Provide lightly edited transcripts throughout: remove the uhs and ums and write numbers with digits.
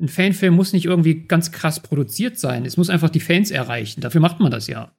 ein Fanfilm muss nicht irgendwie ganz krass produziert sein. Es muss einfach die Fans erreichen. Dafür macht man das ja.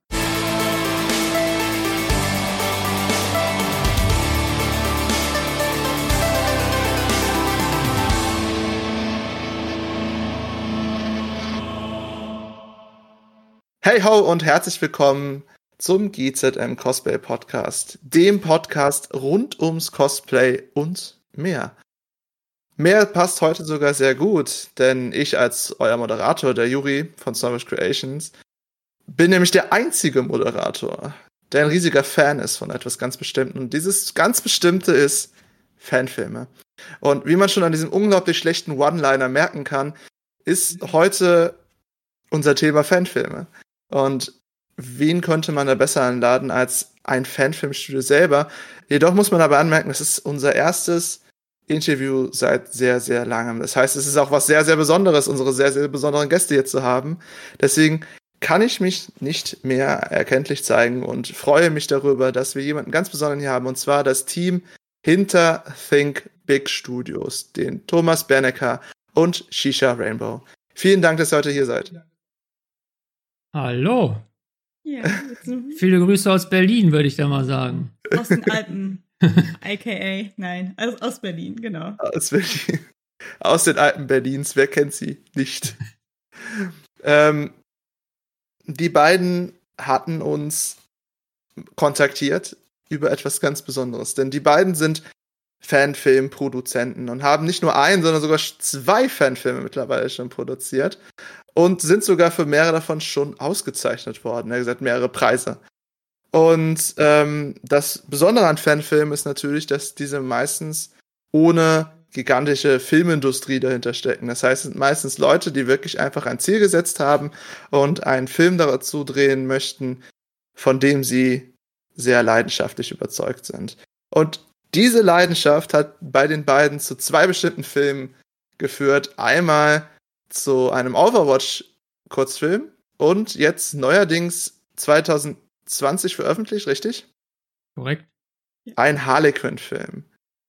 Hey ho und herzlich willkommen zum GZM Cosplay Podcast, dem Podcast rund ums Cosplay und mehr. Mehr passt heute sogar sehr gut, denn ich als euer Moderator, der Juri von Snowwish Creations, bin nämlich der einzige Moderator, der ein riesiger Fan ist von etwas ganz Bestimmten. Und dieses ganz Bestimmte ist Fanfilme. Und wie man schon an diesem unglaublich schlechten One-Liner merken kann, ist heute unser Thema Fanfilme. Und wen könnte man da besser einladen als ein Fanfilmstudio selber? Jedoch muss man aber anmerken, das ist unser erstes Interview seit sehr, sehr langem. Das heißt, es ist auch was sehr, sehr Besonderes, unsere sehr, sehr besonderen Gäste hier zu haben. Deswegen kann ich mich nicht mehr erkenntlich zeigen und freue mich darüber, dass wir jemanden ganz Besonderen hier haben, und zwar das Team hinter Think Big Studios, den Thomas Bernecker und Shisha Rainbow. Vielen Dank, dass ihr heute hier seid. Hallo. Ja, Viele Grüße aus Berlin, würde ich da mal sagen. aus den Alpen. AKA, nein, also aus Berlin, genau. Aus Berlin. Aus den Alpen Berlins, wer kennt sie nicht? Die beiden hatten uns kontaktiert über etwas ganz Besonderes, denn die beiden sind Fanfilmproduzenten und haben nicht nur einen, sondern sogar 2 Fanfilme mittlerweile schon produziert und sind sogar für mehrere davon schon ausgezeichnet worden. Er hat gesagt, mehrere Preise. Und das Besondere an Fanfilmen ist natürlich, dass diese meistens ohne gigantische Filmindustrie dahinter stecken. Das heißt, es sind meistens Leute, die wirklich einfach ein Ziel gesetzt haben und einen Film dazu drehen möchten, von dem sie sehr leidenschaftlich überzeugt sind. Und diese Leidenschaft hat bei den beiden zu 2 bestimmten Filmen geführt. Einmal zu einem Overwatch-Kurzfilm und jetzt neuerdings 2020 veröffentlicht, richtig? Korrekt. Ein Harlequin-Film.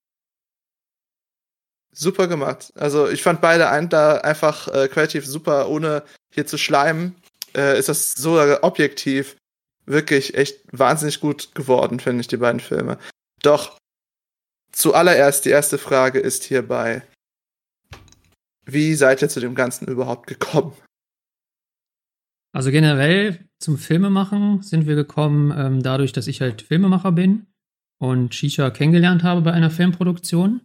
Super gemacht. Also ich fand beide da einfach kreativ super, ohne hier zu schleimen. Ist das so objektiv wirklich echt wahnsinnig gut geworden, finde ich, die beiden Filme. Doch zuallererst die erste Frage ist hierbei: Wie seid ihr zu dem Ganzen überhaupt gekommen? Also generell zum Filmemachen sind wir gekommen, dadurch, dass ich halt Filmemacher bin und Shisha kennengelernt habe bei einer Filmproduktion.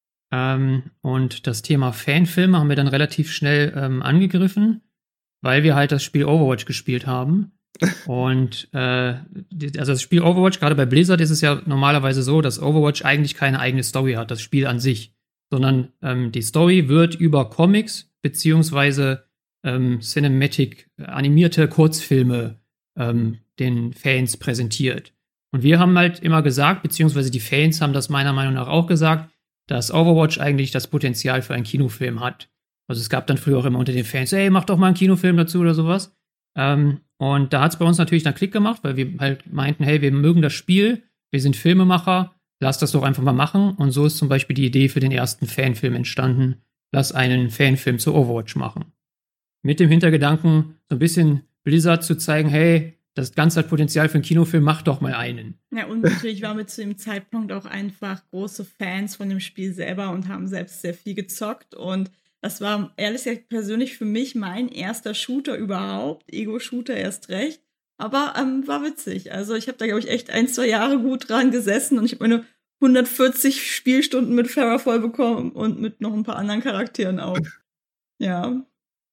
Und das Thema Fanfilme haben wir dann relativ schnell angegriffen, weil wir halt das Spiel Overwatch gespielt haben. Und also das Spiel Overwatch, gerade bei Blizzard ist es ja normalerweise so, dass Overwatch eigentlich keine eigene Story hat, das Spiel an sich, sondern die Story wird über Comics beziehungsweise Cinematic animierte Kurzfilme den Fans präsentiert. Und wir haben halt immer gesagt, beziehungsweise die Fans haben das meiner Meinung nach auch gesagt, dass Overwatch eigentlich das Potenzial für einen Kinofilm hat. Also es gab dann früher auch immer unter den Fans, hey, mach doch mal einen Kinofilm dazu oder sowas. Und da hat es bei uns natürlich dann Klick gemacht, weil wir halt meinten, hey, wir mögen das Spiel, wir sind Filmemacher, lass das doch einfach mal machen. Und so ist zum Beispiel die Idee für den ersten Fanfilm entstanden, lass einen Fanfilm zu Overwatch machen. Mit dem Hintergedanken, so ein bisschen Blizzard zu zeigen, hey, das Ganze hat Potenzial für einen Kinofilm, mach doch mal einen. Ja, und natürlich waren wir zu dem Zeitpunkt auch einfach große Fans von dem Spiel selber und haben selbst sehr viel gezockt. Und das war, ehrlich gesagt, persönlich für mich mein erster Shooter überhaupt. Ego-Shooter erst recht. Aber war witzig. Also ich habe da, glaube ich, echt 1-2 Jahre gut dran gesessen und ich habe meine 140 Spielstunden mit Farrah voll bekommen und mit noch ein paar anderen Charakteren auch. Ja.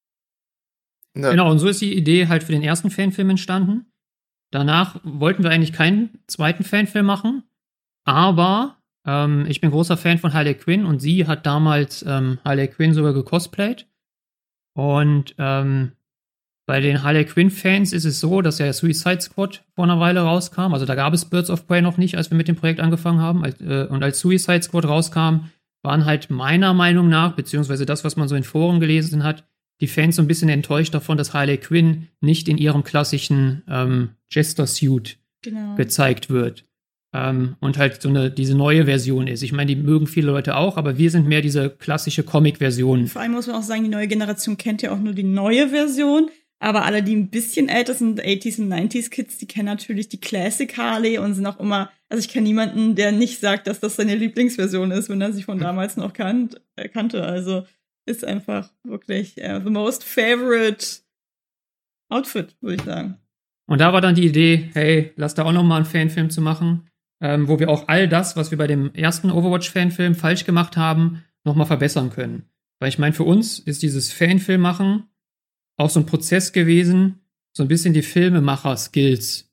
Ja. Genau, und so ist die Idee halt für den ersten Fanfilm entstanden. Danach wollten wir eigentlich keinen zweiten Fanfilm machen, aber ich bin großer Fan von Harley Quinn und sie hat damals Harley Quinn sogar gecosplayt. Und bei den Harley Quinn-Fans ist es so, dass ja Suicide Squad vor einer Weile rauskam. Also da gab es Birds of Prey noch nicht, als wir mit dem Projekt angefangen haben. Und als Suicide Squad rauskam, waren halt meiner Meinung nach, beziehungsweise das, was man so in Foren gelesen hat, die Fans so ein bisschen enttäuscht davon, dass Harley Quinn nicht in ihrem klassischen Jester-Suit gezeigt wird. Und halt diese neue Version ist. Ich meine, die mögen viele Leute auch, aber wir sind mehr diese klassische Comic-Version. Vor allem muss man auch sagen, die neue Generation kennt ja auch nur die neue Version. Aber alle, die ein bisschen älter sind, 80s und 90s Kids, die kennen natürlich die Classic Harley und sind auch immer, also ich kenne niemanden, der nicht sagt, dass das seine Lieblingsversion ist, wenn er sich von damals noch kannte. Also ist einfach wirklich the most favorite Outfit, würde ich sagen. Und da war dann die Idee, hey, lass da auch noch mal einen Fanfilm zu machen, wo wir auch all das, was wir bei dem ersten Overwatch-Fanfilm falsch gemacht haben, noch mal verbessern können. Weil ich meine, für uns ist dieses Fanfilm machen auch so ein Prozess gewesen, so ein bisschen die Filmemacher-Skills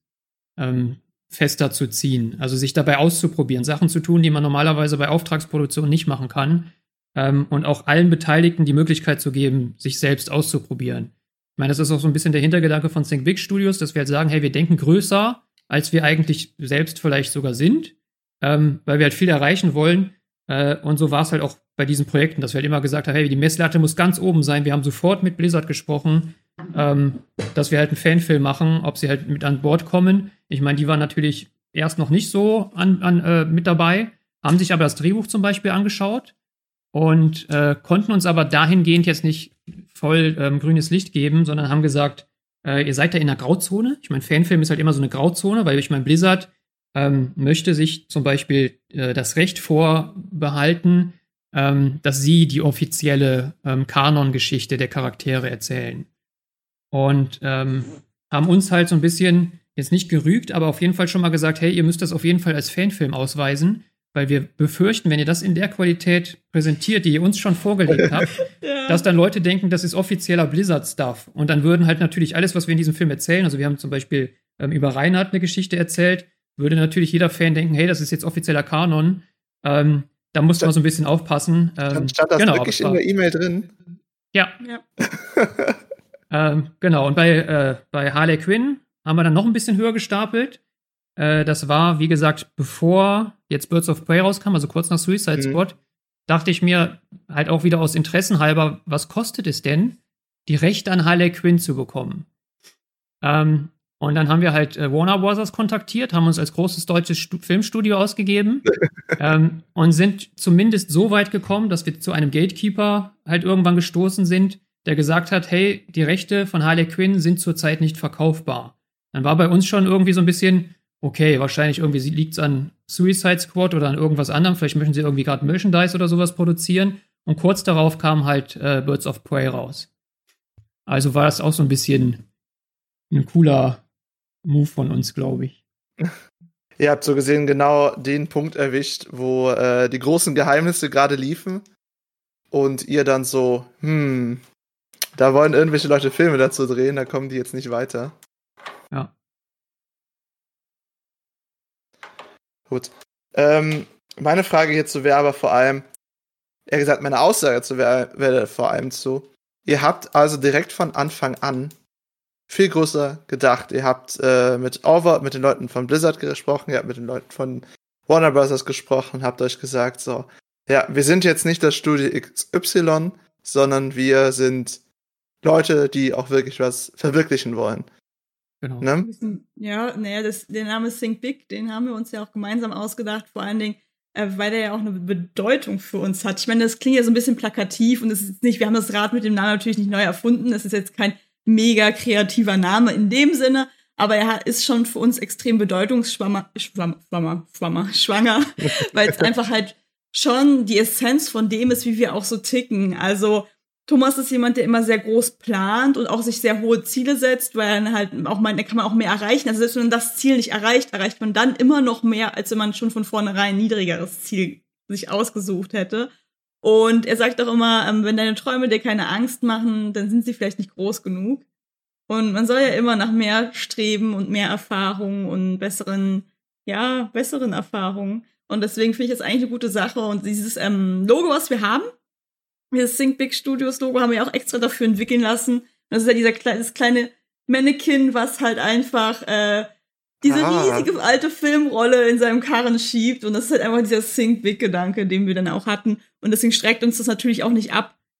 fester zu ziehen. Also sich dabei auszuprobieren, Sachen zu tun, die man normalerweise bei Auftragsproduktion nicht machen kann. Und auch allen Beteiligten die Möglichkeit zu geben, sich selbst auszuprobieren. Ich meine, das ist auch so ein bisschen der Hintergedanke von Think Big Studios, dass wir halt sagen, hey, wir denken größer, als wir eigentlich selbst vielleicht sogar sind, weil wir halt viel erreichen wollen. Und so war es halt auch bei diesen Projekten, dass wir halt immer gesagt haben, hey, die Messlatte muss ganz oben sein. Wir haben sofort mit Blizzard gesprochen, dass wir halt einen Fanfilm machen, ob sie halt mit an Bord kommen. Ich meine, die waren natürlich erst noch nicht so mit dabei, haben sich aber das Drehbuch zum Beispiel angeschaut und konnten uns aber dahingehend jetzt nicht voll grünes Licht geben, sondern haben gesagt, ihr seid da in einer Grauzone. Ich meine, Fanfilm ist halt immer so eine Grauzone, weil ich meine, Blizzard möchte sich zum Beispiel das Recht vorbehalten, dass sie die offizielle Kanon-Geschichte der Charaktere erzählen. Und haben uns halt so ein bisschen, jetzt nicht gerügt, aber auf jeden Fall schon mal gesagt, hey, ihr müsst das auf jeden Fall als Fanfilm ausweisen, weil wir befürchten, wenn ihr das in der Qualität präsentiert, die ihr uns schon vorgelegt habt, ja, dass dann Leute denken, das ist offizieller Blizzard-Stuff. Und dann würden halt natürlich alles, was wir in diesem Film erzählen, also wir haben zum Beispiel über Reinhard eine Geschichte erzählt, würde natürlich jeder Fan denken, hey, das ist jetzt offizieller Kanon. Da muss man so ein bisschen aufpassen. Stand das wirklich in der E-Mail drin? Ja. Genau, und bei Harley Quinn haben wir dann noch ein bisschen höher gestapelt. Das war, wie gesagt, bevor jetzt Birds of Prey rauskam, also kurz nach Suicide Squad, dachte ich mir halt auch wieder aus Interessen halber, was kostet es denn, die Rechte an Harley Quinn zu bekommen? Und dann haben wir halt Warner Bros. Kontaktiert, haben uns als großes deutsches Filmstudio ausgegeben und sind zumindest so weit gekommen, dass wir zu einem Gatekeeper halt irgendwann gestoßen sind, der gesagt hat, hey, die Rechte von Harley Quinn sind zurzeit nicht verkaufbar. Dann war bei uns schon irgendwie so ein bisschen, okay, wahrscheinlich irgendwie liegt es an Suicide Squad oder an irgendwas anderem, vielleicht möchten sie irgendwie gerade Merchandise oder sowas produzieren. Und kurz darauf kam halt Birds of Prey raus. Also war das auch so ein bisschen ein cooler Move von uns, glaube ich. Ihr habt so gesehen genau den Punkt erwischt, wo die großen Geheimnisse gerade liefen und ihr dann so, da wollen irgendwelche Leute Filme dazu drehen, da kommen die jetzt nicht weiter. Ja. Gut. Meine Frage hierzu wäre aber vor allem, eher gesagt, meine Aussage dazu wäre vor allem so, ihr habt also direkt von Anfang an viel größer gedacht. Ihr habt mit den Leuten von Blizzard gesprochen, ihr habt mit den Leuten von Warner Bros. Gesprochen, habt euch gesagt, so, ja, wir sind jetzt nicht das Studio XY, sondern wir sind Leute, die auch wirklich was verwirklichen wollen. Genau. Ne? Ja, der Name Think Big, den haben wir uns ja auch gemeinsam ausgedacht, vor allen Dingen, weil der ja auch eine Bedeutung für uns hat. Ich meine, das klingt ja so ein bisschen plakativ und es ist nicht, wir haben das Rad mit dem Namen natürlich nicht neu erfunden, das ist jetzt kein mega kreativer Name in dem Sinne, aber er ist schon für uns extrem bedeutungsschwanger, weil es einfach halt schon die Essenz von dem ist, wie wir auch so ticken. Also Thomas ist jemand, der immer sehr groß plant und auch sich sehr hohe Ziele setzt, weil er halt auch meint, da kann man auch mehr erreichen. Also selbst wenn man das Ziel nicht erreicht, erreicht man dann immer noch mehr, als wenn man schon von vornherein ein niedrigeres Ziel sich ausgesucht hätte. Und er sagt auch immer, wenn deine Träume dir keine Angst machen, dann sind sie vielleicht nicht groß genug. Und man soll ja immer nach mehr streben und mehr Erfahrung und besseren Erfahrungen. Und deswegen finde ich das eigentlich eine gute Sache. Und dieses Logo, was wir haben, dieses Think Big Studios Logo, haben wir auch extra dafür entwickeln lassen. Das ist ja das kleine Mannequin, was halt einfach diese riesige alte Filmrolle in seinem Karren schiebt. Und das ist halt einfach dieser Think Big Gedanke, den wir dann auch hatten. Und deswegen streckt uns das natürlich auch nicht ab,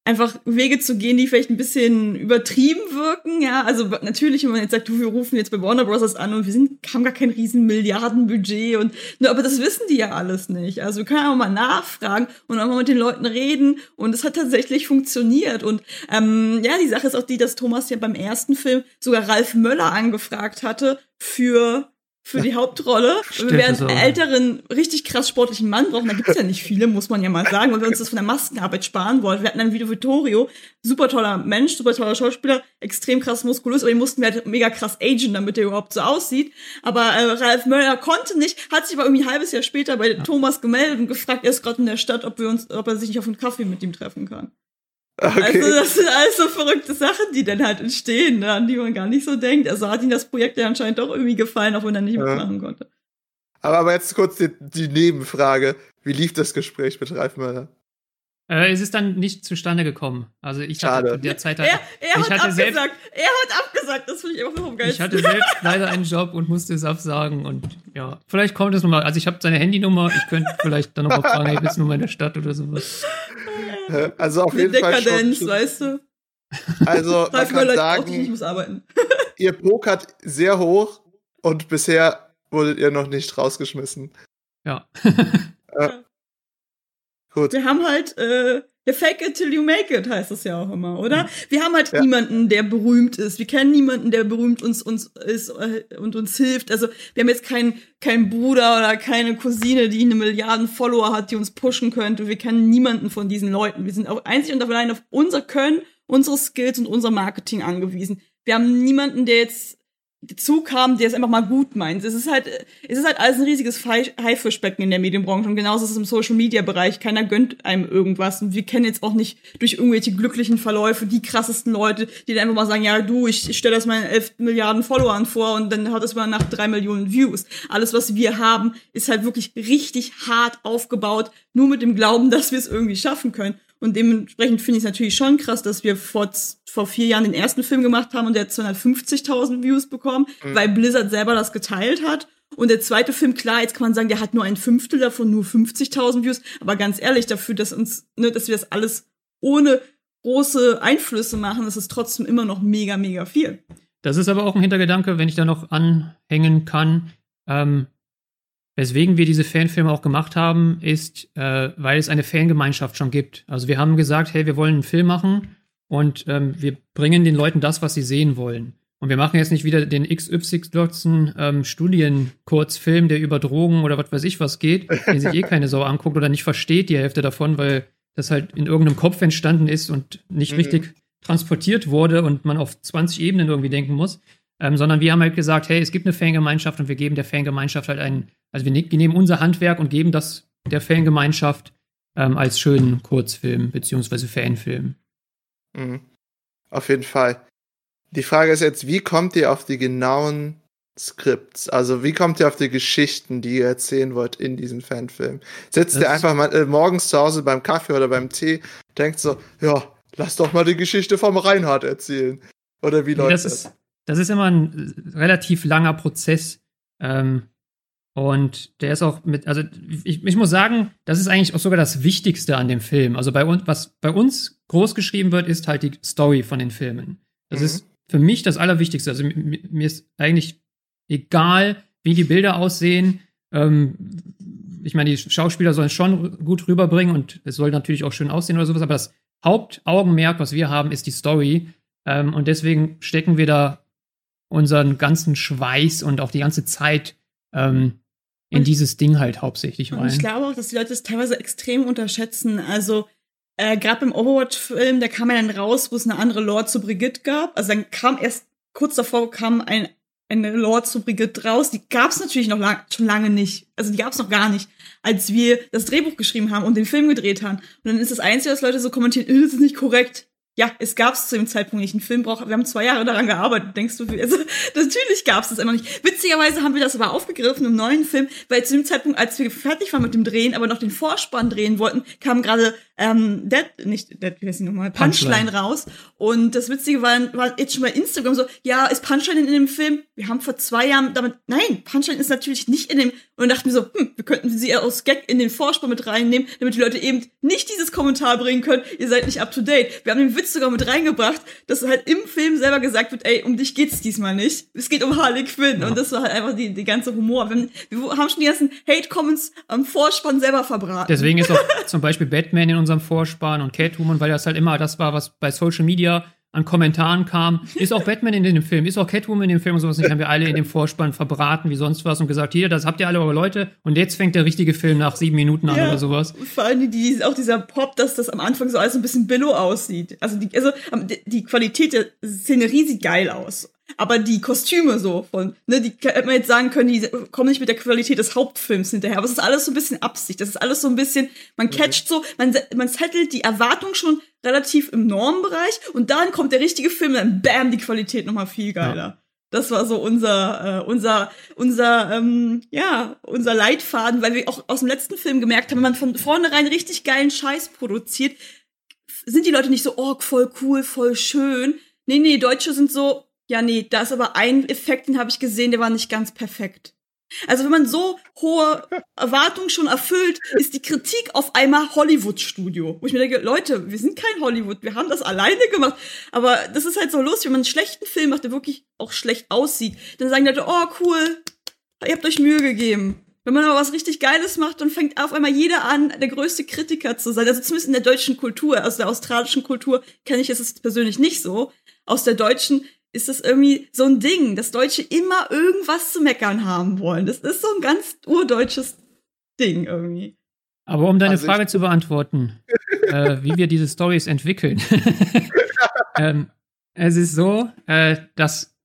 einfach Wege zu gehen, die vielleicht ein bisschen übertrieben wirken, ja, also natürlich, wenn man jetzt sagt, wir rufen jetzt bei Warner Bros. An und haben gar kein riesen Milliardenbudget und, aber das wissen die ja alles nicht, also wir können auch mal nachfragen und auch mal mit den Leuten reden und es hat tatsächlich funktioniert und, die Sache ist auch die, dass Thomas ja beim ersten Film sogar Ralf Möller angefragt hatte für die Hauptrolle. Stimmt, wir werden einen älteren, richtig krass sportlichen Mann brauchen. Da gibt's ja nicht viele, muss man ja mal sagen, weil wir uns das von der Maskenarbeit sparen wollen. Wir hatten dann Vito Vittorio, super toller Mensch, super toller Schauspieler, extrem krass muskulös, aber den mussten wir halt mega krass agen, damit der überhaupt so aussieht. Aber Ralf Möller konnte nicht, hat sich aber irgendwie ein halbes Jahr später bei Thomas gemeldet und gefragt, er ist gerade in der Stadt, ob er sich nicht auf einen Kaffee mit ihm treffen kann. Okay. Also das sind alles so verrückte Sachen, die dann halt entstehen, ne, an die man gar nicht so denkt. Also hat ihm das Projekt ja anscheinend doch irgendwie gefallen, auch wenn er nicht mitmachen konnte. Aber jetzt kurz die Nebenfrage. Wie lief das Gespräch mit Ralf Möller? Es ist dann nicht zustande gekommen. Also ich hatte zu der Zeit... Er hat abgesagt, das finde ich einfach vom Geilsten. Ich hatte selbst leider einen Job und musste es absagen und ja, vielleicht kommt es nochmal. Also ich habe seine Handynummer, ich könnte vielleicht dann nochmal fragen, hey, bist du nur in der Stadt oder sowas. Also auf jeden Fall Dekadenz, weißt du? Also man kann sagen, ich muss arbeiten. Ihr pokert sehr hoch und bisher wurdet ihr noch nicht rausgeschmissen. Ja. Gut. Wir haben halt, fake it till you make it, heißt das ja auch immer, oder? Wir haben halt niemanden, der berühmt ist. Wir kennen niemanden, der berühmt uns ist und uns hilft. Also wir haben jetzt keinen Bruder oder keine Cousine, die 1 Milliarde Follower hat, die uns pushen könnte. Wir kennen niemanden von diesen Leuten. Wir sind auch einzig und allein auf unser Können, unsere Skills und unser Marketing angewiesen. Wir haben niemanden, der jetzt dazu kam, der es einfach mal gut meint. Es ist halt alles ein riesiges Haifischbecken in der Medienbranche und genauso ist es im Social-Media-Bereich. Keiner gönnt einem irgendwas und wir kennen jetzt auch nicht durch irgendwelche glücklichen Verläufe die krassesten Leute, die dann einfach mal sagen, ja du, ich stelle das meinen 11 Milliarden Followern vor und dann hat es mal nach 3 Millionen Views. Alles, was wir haben, ist halt wirklich richtig hart aufgebaut, nur mit dem Glauben, dass wir es irgendwie schaffen können. Und dementsprechend finde ich es natürlich schon krass, dass wir vor 4 Jahren den ersten Film gemacht haben und der hat 250.000 Views bekommen, weil Blizzard selber das geteilt hat. Und der zweite Film, klar, jetzt kann man sagen, der hat nur 1/5 davon, nur 50.000 Views. Aber ganz ehrlich, dafür, dass wir das alles ohne große Einflüsse machen, ist es trotzdem immer noch mega, mega viel. Das ist aber auch ein Hintergedanke, wenn ich da noch anhängen kann. Weswegen wir diese Fanfilme auch gemacht haben, ist, weil es eine Fangemeinschaft schon gibt. Also wir haben gesagt, hey, wir wollen einen Film machen und wir bringen den Leuten das, was sie sehen wollen. Und wir machen jetzt nicht wieder den XY Studienkurzfilm, der über Drogen oder was weiß ich was geht, den sich keine Sau anguckt oder nicht versteht, die Hälfte davon, weil das halt in irgendeinem Kopf entstanden ist und nicht richtig transportiert wurde und man auf 20 Ebenen irgendwie denken muss. Sondern wir haben halt gesagt, hey, es gibt eine Fangemeinschaft und wir geben der Fangemeinschaft halt wir nehmen unser Handwerk und geben das der Fangemeinschaft als schönen Kurzfilm beziehungsweise Fanfilm. Mhm. Auf jeden Fall. Die Frage ist jetzt, wie kommt ihr auf die genauen Skripts? Also wie kommt ihr auf die Geschichten, die ihr erzählen wollt in diesem Fanfilm? Sitzt ihr einfach mal morgens zu Hause beim Kaffee oder beim Tee, denkt so, ja, lass doch mal die Geschichte vom Reinhard erzählen. Oder wie läuft das? Das ist immer ein relativ langer Prozess. Und der ist auch also ich muss sagen, das ist eigentlich auch sogar das Wichtigste an dem Film. Also was bei uns groß geschrieben wird, ist halt die Story von den Filmen. Das ist für mich das Allerwichtigste. Also mir ist eigentlich egal, wie die Bilder aussehen. Ich meine, die Schauspieler sollen es schon gut rüberbringen und es soll natürlich auch schön aussehen oder sowas, aber das Hauptaugenmerk, was wir haben, ist die Story. Und deswegen stecken wir da unseren ganzen Schweiß und auch die ganze Zeit in dieses Ding halt hauptsächlich rein. Und ich glaube auch, dass die Leute das teilweise extrem unterschätzen. Also gerade beim Overwatch-Film, da kam ja dann raus, wo es eine andere Lore zu Brigitte gab. Also dann kam erst kurz davor eine Lore zu Brigitte raus. Die gab es natürlich noch schon lange nicht. Also die gab es noch gar nicht, als wir das Drehbuch geschrieben haben und den Film gedreht haben. Und dann ist das Einzige, was Leute so kommentieren, das ist nicht korrekt. Ja, es gab es zu dem Zeitpunkt nicht. Ein Film wir haben 2 Jahre daran gearbeitet, denkst du? Also natürlich gab es das immer nicht. Witzigerweise haben wir das aber aufgegriffen im neuen Film, weil zu dem Zeitpunkt, als wir fertig waren mit dem Drehen, aber noch den Vorspann drehen wollten, kam gerade Punchline raus. Und das Witzige war jetzt schon bei Instagram so, ja, ist Punchline in dem Film? Wir haben vor 2 Jahren nein, Punchline ist natürlich nicht in dem, und dachten wir so, wir könnten sie aus Gag in den Vorspann mit reinnehmen, damit die Leute eben nicht dieses Kommentar bringen können, ihr seid nicht up to date. Wir haben den Witz sogar mit reingebracht, dass halt im Film selber gesagt wird, ey, um dich geht's diesmal nicht. Es geht um Harley Quinn. Ja. Und das war halt einfach die ganze Humor. Wir haben schon die ganzen Hate-Comments am Vorspann selber verbraten. Deswegen ist auch zum Beispiel Batman in unserem Vorspann und Catwoman, weil das halt immer das war, was bei Social Media an Kommentaren kam. Ist auch Batman in dem Film, ist auch Catwoman in dem Film und sowas nicht, haben wir alle in dem Vorspann verbraten wie sonst was und gesagt, hier, das habt ihr alle eure Leute und jetzt fängt der richtige Film nach 7 Minuten an oder sowas. Vor allem auch dieser Pop, dass das am Anfang so alles ein bisschen billow aussieht. Also die Qualität der Szenerie sieht geil aus. Aber die Kostüme so die hätte man jetzt sagen können, die kommen nicht mit der Qualität des Hauptfilms hinterher. Aber es ist alles so ein bisschen Absicht. Das ist alles so ein bisschen, man catcht so, man settelt die Erwartung schon relativ im Normbereich und dann kommt der richtige Film, dann bam, die Qualität nochmal viel geiler. Ja. Das war so unser Leitfaden, weil wir auch aus dem letzten Film gemerkt haben, wenn man von vornherein richtig geilen Scheiß produziert, sind die Leute nicht so, oh, voll cool, voll schön. Nee, Deutsche sind so, ja, nee, da ist aber ein Effekt, den habe ich gesehen, der war nicht ganz perfekt. Also wenn man so hohe Erwartungen schon erfüllt, ist die Kritik auf einmal Hollywood-Studio. Wo ich mir denke, Leute, wir sind kein Hollywood, wir haben das alleine gemacht. Aber das ist halt so lustig, wenn man einen schlechten Film macht, der wirklich auch schlecht aussieht, dann sagen die Leute, oh cool, ihr habt euch Mühe gegeben. Wenn man aber was richtig Geiles macht, dann fängt auf einmal jeder an, der größte Kritiker zu sein. Also zumindest in der deutschen Kultur, aus der australischen Kultur kenne ich es persönlich nicht so. Aus der deutschen ist das irgendwie so ein Ding, dass Deutsche immer irgendwas zu meckern haben wollen. Das ist so ein ganz urdeutsches Ding irgendwie. Aber um deine Frage zu beantworten, wie wir diese Storys entwickeln. Es ist so, dass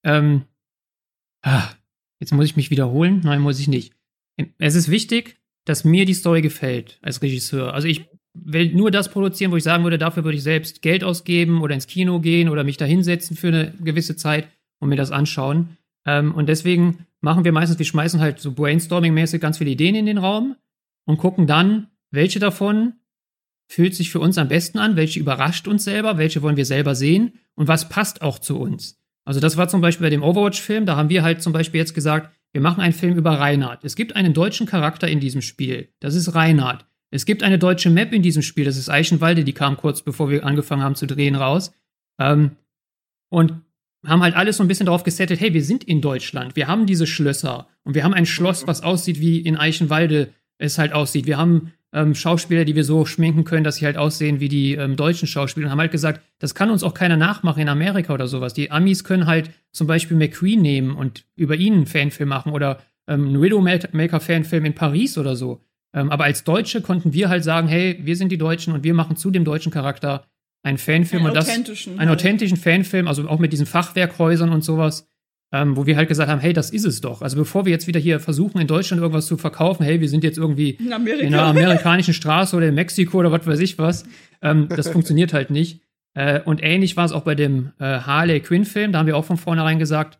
jetzt muss ich mich wiederholen. Nein, muss ich nicht. Es ist wichtig, dass mir die Story gefällt als Regisseur. Also ich will nur das produzieren, wo ich sagen würde, dafür würde ich selbst Geld ausgeben oder ins Kino gehen oder mich da hinsetzen für eine gewisse Zeit und mir das anschauen. Und deswegen machen wir meistens, wir schmeißen halt so brainstorming-mäßig ganz viele Ideen in den Raum und gucken dann, welche davon fühlt sich für uns am besten an, welche überrascht uns selber, welche wollen wir selber sehen und was passt auch zu uns. Also das war zum Beispiel bei dem Overwatch-Film, da haben wir halt zum Beispiel jetzt gesagt, wir machen einen Film über Reinhard. Es gibt einen deutschen Charakter in diesem Spiel, das ist Reinhard. Es gibt eine deutsche Map in diesem Spiel, das ist Eichenwalde, die kam kurz bevor wir angefangen haben zu drehen raus. Und haben halt alles so ein bisschen darauf gesettet, hey, wir sind in Deutschland, wir haben diese Schlösser und wir haben ein Schloss, was aussieht, wie in Eichenwalde es halt aussieht. Wir haben Schauspieler, die wir so schminken können, dass sie halt aussehen wie die deutschen Schauspieler und haben halt gesagt, das kann uns auch keiner nachmachen in Amerika oder sowas. Die Amis können halt zum Beispiel McQueen nehmen und über ihn einen Fanfilm machen oder einen Widowmaker-Fanfilm in Paris oder so. Aber als Deutsche konnten wir halt sagen, hey, wir sind die Deutschen und wir machen zu dem deutschen Charakter einen Fanfilm einen authentischen Fanfilm, also auch mit diesen Fachwerkhäusern und sowas, wo wir halt gesagt haben, hey, das ist es doch. Also bevor wir jetzt wieder hier versuchen, in Deutschland irgendwas zu verkaufen, hey, wir sind jetzt irgendwie in einer amerikanischen Straße oder in Mexiko oder was weiß ich was, das funktioniert halt nicht. Und ähnlich war es auch bei dem Harley Quinn-Film, da haben wir auch von vornherein gesagt,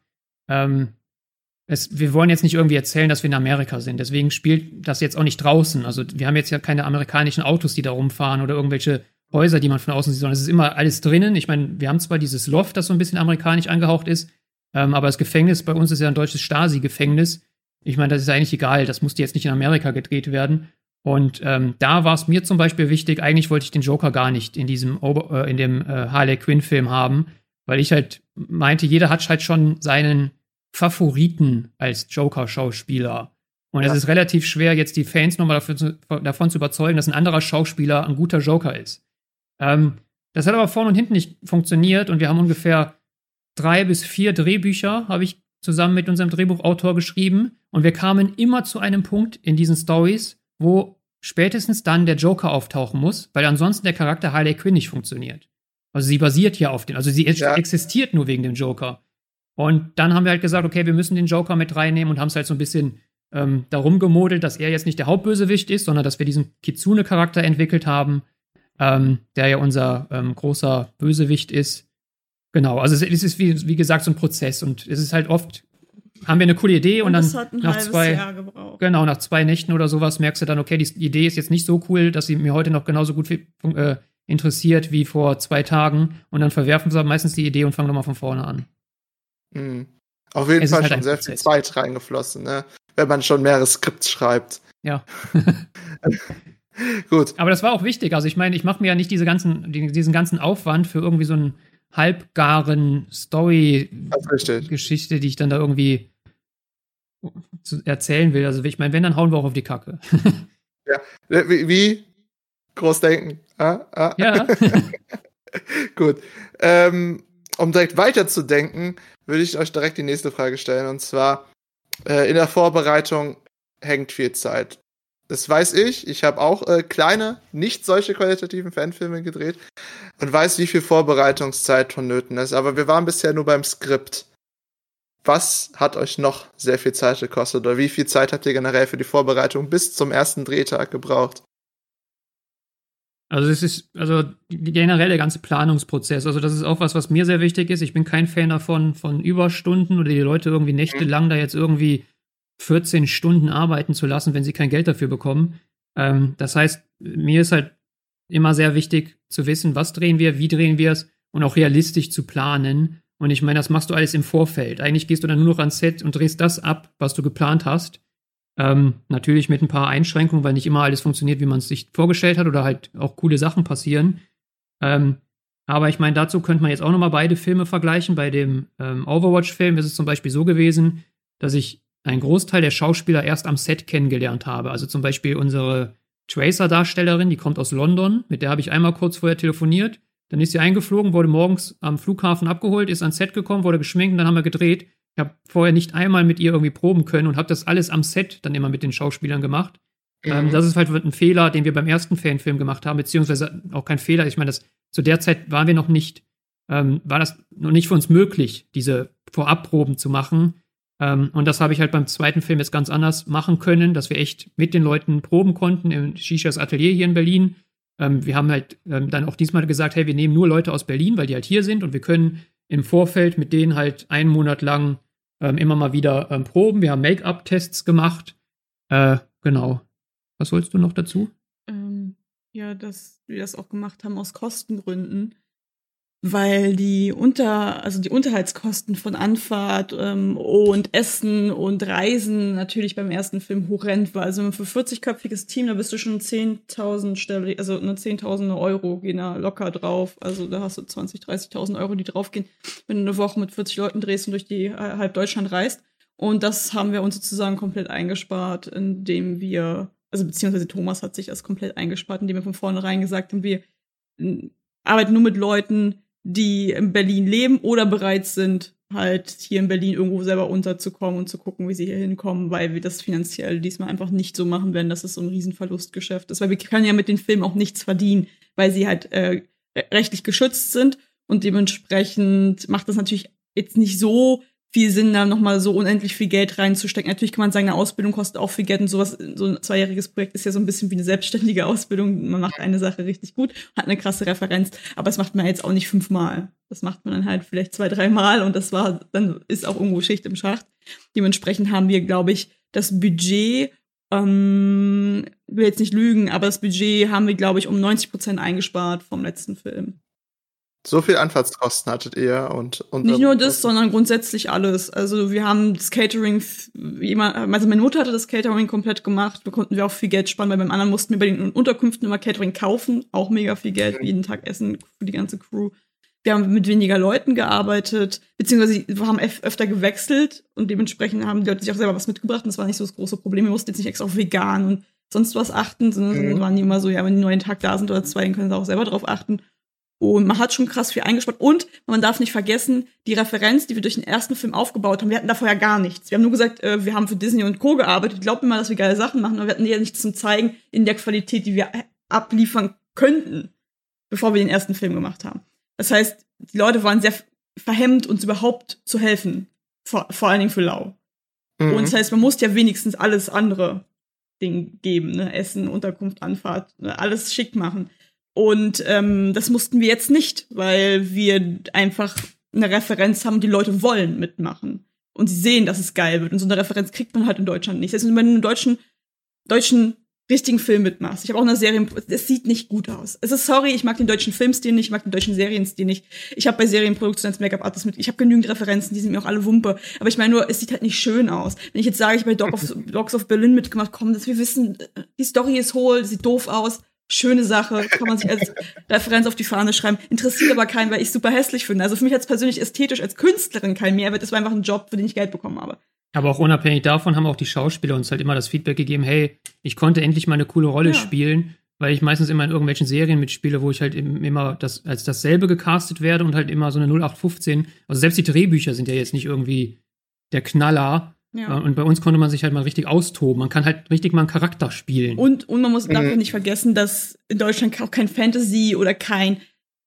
wir wollen jetzt nicht irgendwie erzählen, dass wir in Amerika sind. Deswegen spielt das jetzt auch nicht draußen. Also wir haben jetzt ja keine amerikanischen Autos, die da rumfahren oder irgendwelche Häuser, die man von außen sieht, sondern es ist immer alles drinnen. Ich meine, wir haben zwar dieses Loft, das so ein bisschen amerikanisch angehaucht ist, aber das Gefängnis bei uns ist ja ein deutsches Stasi-Gefängnis. Ich meine, das ist eigentlich egal. Das musste jetzt nicht in Amerika gedreht werden. Und da war es mir zum Beispiel wichtig, eigentlich wollte ich den Joker gar nicht in dem Harley Quinn-Film haben, weil ich halt meinte, jeder hat halt schon seinen Favoriten als Joker-Schauspieler. Und es ist relativ schwer, jetzt die Fans nochmal davon zu überzeugen, dass ein anderer Schauspieler ein guter Joker ist. Das hat aber vorne und hinten nicht funktioniert und wir haben ungefähr 3 bis 4 Drehbücher, habe ich zusammen mit unserem Drehbuchautor geschrieben und wir kamen immer zu einem Punkt in diesen Stories, wo spätestens dann der Joker auftauchen muss, weil ansonsten der Charakter Harley Quinn nicht funktioniert. Also sie basiert ja auf sie existiert nur wegen dem Joker. Und dann haben wir halt gesagt, okay, wir müssen den Joker mit reinnehmen und haben es halt so ein bisschen darum gemodelt, dass er jetzt nicht der Hauptbösewicht ist, sondern dass wir diesen Kitsune-Charakter entwickelt haben, der ja unser großer Bösewicht ist. Genau, also es ist wie gesagt so ein Prozess und es ist halt oft haben wir eine coole Idee und dann das hat ein halbes Jahr gebraucht. Genau, nach 2 Nächten oder sowas merkst du dann, okay, die Idee ist jetzt nicht so cool, dass sie mir heute noch genauso gut interessiert wie vor 2 Tagen und dann verwerfen sie meistens die Idee und fangen nochmal von vorne an. Mhm. Auf jeden Fall schon sehr viel Zeit reingeflossen, ne? Wenn man schon mehrere Skripts schreibt. Ja. Gut. Aber das war auch wichtig. Also ich meine, ich mache mir ja nicht diesen ganzen Aufwand für irgendwie so einen halbgaren Story-Geschichte, die ich dann da irgendwie erzählen will. Also ich meine, wenn, dann hauen wir auch auf die Kacke. Ja, wie? Groß denken. Ja. Gut. Um direkt weiterzudenken, würde ich euch direkt die nächste Frage stellen. Und zwar, in der Vorbereitung hängt viel Zeit. Das weiß ich. Ich habe auch kleine, nicht solche qualitativen Fanfilme gedreht und weiß, wie viel Vorbereitungszeit vonnöten ist. Aber wir waren bisher nur beim Skript. Was hat euch noch sehr viel Zeit gekostet? Oder wie viel Zeit habt ihr generell für die Vorbereitung bis zum ersten Drehtag gebraucht? Also generell der ganze Planungsprozess. Also das ist auch was mir sehr wichtig ist. Ich bin kein Fan davon, von Überstunden oder die Leute irgendwie nächtelang da jetzt irgendwie 14 Stunden arbeiten zu lassen, wenn sie kein Geld dafür bekommen. Das heißt, mir ist halt immer sehr wichtig zu wissen, was drehen wir, wie drehen wir es und auch realistisch zu planen. Und ich meine, das machst du alles im Vorfeld. Eigentlich gehst du dann nur noch ans Set und drehst das ab, was du geplant hast. Natürlich mit ein paar Einschränkungen, weil nicht immer alles funktioniert, wie man es sich vorgestellt hat oder halt auch coole Sachen passieren. Aber ich meine, dazu könnte man jetzt auch nochmal beide Filme vergleichen. Bei dem Overwatch-Film ist es zum Beispiel so gewesen, dass ich einen Großteil der Schauspieler erst am Set kennengelernt habe. Also zum Beispiel unsere Tracer-Darstellerin, die kommt aus London, mit der habe ich einmal kurz vorher telefoniert. Dann ist sie eingeflogen, wurde morgens am Flughafen abgeholt, ist ans Set gekommen, wurde geschminkt und dann haben wir gedreht. Ich habe vorher nicht einmal mit ihr irgendwie proben können und habe das alles am Set dann immer mit den Schauspielern gemacht. Das ist halt ein Fehler, den wir beim ersten Fanfilm gemacht haben, beziehungsweise auch kein Fehler. Ich meine, zu der Zeit war das noch nicht für uns möglich, diese Vorabproben zu machen. Und das habe ich halt beim zweiten Film jetzt ganz anders machen können, dass wir echt mit den Leuten proben konnten in Shishas Atelier hier in Berlin. Wir haben halt dann auch diesmal gesagt, hey, wir nehmen nur Leute aus Berlin, weil die halt hier sind und wir können im Vorfeld mit denen halt 1 Monat lang immer mal wieder proben. Wir haben Make-up-Tests gemacht. Genau. Was wolltest du noch dazu? Ja, dass wir das auch gemacht haben aus Kostengründen, weil die Unterhaltskosten von Anfahrt und Essen und Reisen natürlich beim ersten Film horrend war. Also für 40-köpfiges Team, da bist du schon 10.000 also 10.000 Euro gehen da locker drauf. Also da hast du 20.000, 30.000 Euro, die draufgehen, wenn du eine Woche mit 40 Leuten drehst und durch die halb Deutschland reist. Und das haben wir uns sozusagen komplett eingespart, indem wir, also beziehungsweise Thomas hat sich das komplett eingespart, indem wir von vornherein gesagt haben, wir arbeiten nur mit Leuten, die in Berlin leben oder bereit sind, halt hier in Berlin irgendwo selber unterzukommen und zu gucken, wie sie hier hinkommen, weil wir das finanziell diesmal einfach nicht so machen werden, dass es so ein Riesenverlustgeschäft ist. Weil wir können ja mit den Filmen auch nichts verdienen, weil sie halt rechtlich geschützt sind und dementsprechend macht das natürlich jetzt nicht so viel Sinn, da nochmal so unendlich viel Geld reinzustecken. Natürlich kann man sagen, eine Ausbildung kostet auch viel Geld und sowas. So ein 2-jähriges Projekt ist ja so ein bisschen wie eine selbstständige Ausbildung. Man macht eine Sache richtig gut, hat eine krasse Referenz, aber das macht man jetzt auch nicht 5-mal. Das macht man dann halt vielleicht 2-3 Mal und dann ist auch irgendwo Schicht im Schacht. Dementsprechend haben wir, glaube ich, das Budget, will jetzt nicht lügen, aber das Budget haben wir, glaube ich, um 90% eingespart vom letzten Film. So viel Anfahrtskosten hattet ihr und nicht nur das, sondern grundsätzlich alles. Also wir haben das Catering, also meine Mutter hatte das Catering komplett gemacht. Da konnten wir auch viel Geld sparen, weil beim anderen mussten wir bei den Unterkünften immer Catering kaufen, auch mega viel Geld, jeden Tag Essen für die ganze Crew. Wir haben mit weniger Leuten gearbeitet, beziehungsweise wir haben öfter gewechselt und dementsprechend haben die Leute sich auch selber was mitgebracht und das war nicht so das große Problem. Wir mussten jetzt nicht extra auf vegan und sonst was achten, sondern waren die immer so, ja, wenn die nur einen Tag da sind oder 2, dann können sie auch selber drauf achten. Und man hat schon krass viel eingespart. Und man darf nicht vergessen, die Referenz, die wir durch den ersten Film aufgebaut haben, wir hatten da vorher gar nichts. Wir haben nur gesagt, wir haben für Disney und Co. gearbeitet. Glaubt mir mal, dass wir geile Sachen machen, aber wir hatten ja nichts zum Zeigen in der Qualität, die wir abliefern könnten, bevor wir den ersten Film gemacht haben. Das heißt, die Leute waren sehr verhemmt, uns überhaupt zu helfen. Vor allen Dingen für Lau. Und das heißt, man musste ja wenigstens alles andere Ding geben, ne? Essen, Unterkunft, Anfahrt, ne? Alles schick machen. Und das mussten wir jetzt nicht, weil wir einfach eine Referenz haben, die Leute wollen mitmachen. und sie sehen, dass es geil wird. Und so eine Referenz kriegt man halt in Deutschland nicht. Selbst wenn du in einem deutschen richtigen Film mitmachst. Ich habe auch eine Serie, es sieht nicht gut aus. Es ist sorry, ich mag den deutschen Filmstil nicht, ich mag den deutschen Serienstil nicht. Ich habe bei Serienproduktion als Make-up-Artist ich habe genügend Referenzen, die sind mir auch alle Wumpe. Aber ich meine nur, es sieht halt nicht schön aus. Wenn ich jetzt sage, ich habe bei Dogs of Berlin mitgemacht, komm, dass wir wissen, die Story ist hohl, sieht doof aus. Schöne Sache, kann man sich als Referenz auf die Fahne schreiben. Interessiert aber keinen, weil ich super hässlich finde. Also für mich als persönlich ästhetisch, als Künstlerin kein Mehrwert. Es war einfach ein Job, für den ich Geld bekommen habe. Aber auch unabhängig davon haben auch die Schauspieler uns halt immer das Feedback gegeben, hey, ich konnte endlich mal eine coole Rolle spielen, weil ich meistens immer in irgendwelchen Serien mitspiele, wo ich halt immer als dasselbe gecastet werde und halt immer so eine 0815. Also selbst die Drehbücher sind ja jetzt nicht irgendwie der Knaller. Ja. Und bei uns konnte man sich halt mal richtig austoben. Man kann halt richtig mal einen Charakter spielen. Und man darf auch nicht vergessen, dass in Deutschland auch kein Fantasy oder kein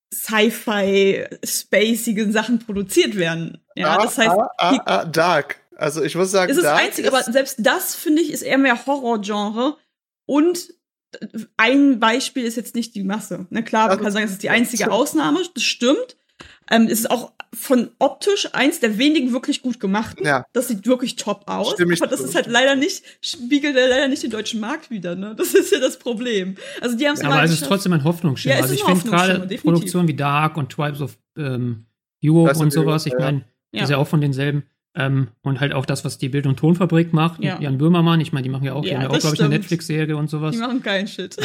Sci-Fi, spacige Sachen produziert werden. Ja, das heißt, Dark. Also ich muss sagen, es ist das Einzige, aber selbst das, finde ich, ist eher mehr Horror-Genre. Und ein Beispiel ist jetzt nicht die Masse. Na klar, man kann sagen, es ist die einzige Ausnahme, das stimmt. Es ist auch von optisch eins der wenigen wirklich gut gemachten. Ja. Das sieht wirklich top aus. Aber das ist halt spiegelt leider nicht den deutschen Markt wider, ne? Das ist ja das Problem. Also die haben es aber es ist trotzdem ein Hoffnungsschimmer. Ja, also ich finde gerade Produktionen wie Dark und Tribes of Europe und sowas, ich meine, das ist ja auch von denselben. Und halt auch das, was die Bild- und Tonfabrik macht, mit Jan Böhmermann. Ich meine, die machen ja auch, die haben ja auch, glaube ich, eine Netflix-Serie und sowas. Die machen keinen Shit.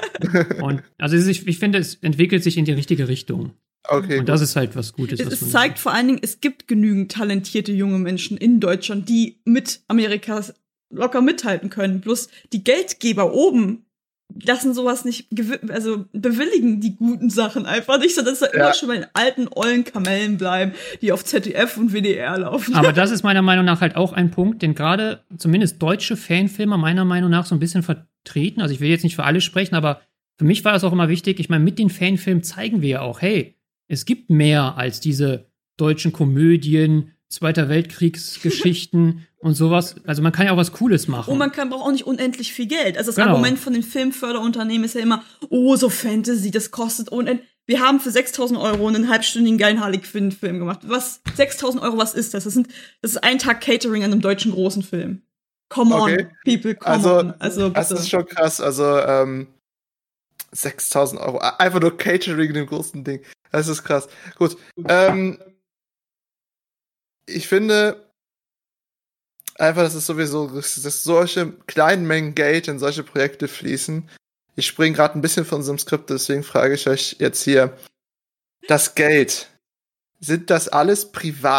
Und also ich finde, es entwickelt sich in die richtige Richtung. Okay. Und das ist halt was Gutes. Es zeigt vor allen Dingen, es gibt genügend talentierte junge Menschen in Deutschland, die mit Amerikas locker mithalten können. Bloß die Geldgeber oben lassen sowas nicht bewilligen die guten Sachen einfach nicht, so dass da immer schon bei den alten ollen Kamellen bleiben, die auf ZDF und WDR laufen. Aber das ist meiner Meinung nach halt auch ein Punkt, den gerade zumindest deutsche Fanfilmer meiner Meinung nach so ein bisschen vertreten. Also ich will jetzt nicht für alle sprechen, aber für mich war es auch immer wichtig, ich meine, mit den Fanfilmen zeigen wir ja auch, hey, es gibt mehr als diese deutschen Komödien, Zweiter Weltkriegsgeschichten und sowas. Also man kann ja auch was Cooles machen. Und man braucht auch nicht unendlich viel Geld. Also das Argument von den Filmförderunternehmen ist ja immer, so Fantasy, das kostet unendlich. Wir haben für 6.000 € einen halbstündigen geilen Harley Quinn-Film gemacht. 6.000 €, was ist das? Das ist ein Tag Catering an einem deutschen großen Film. Come on, people, come on. Also das ist schon krass. Also 6.000 €. Einfach nur Catering in dem großen Ding. Das ist krass. Gut. Ich finde einfach, dass dass solche kleinen Mengen Geld in solche Projekte fließen. Ich springe gerade ein bisschen von unserem Skript, deswegen frage ich euch jetzt hier. Das Geld, sind das alles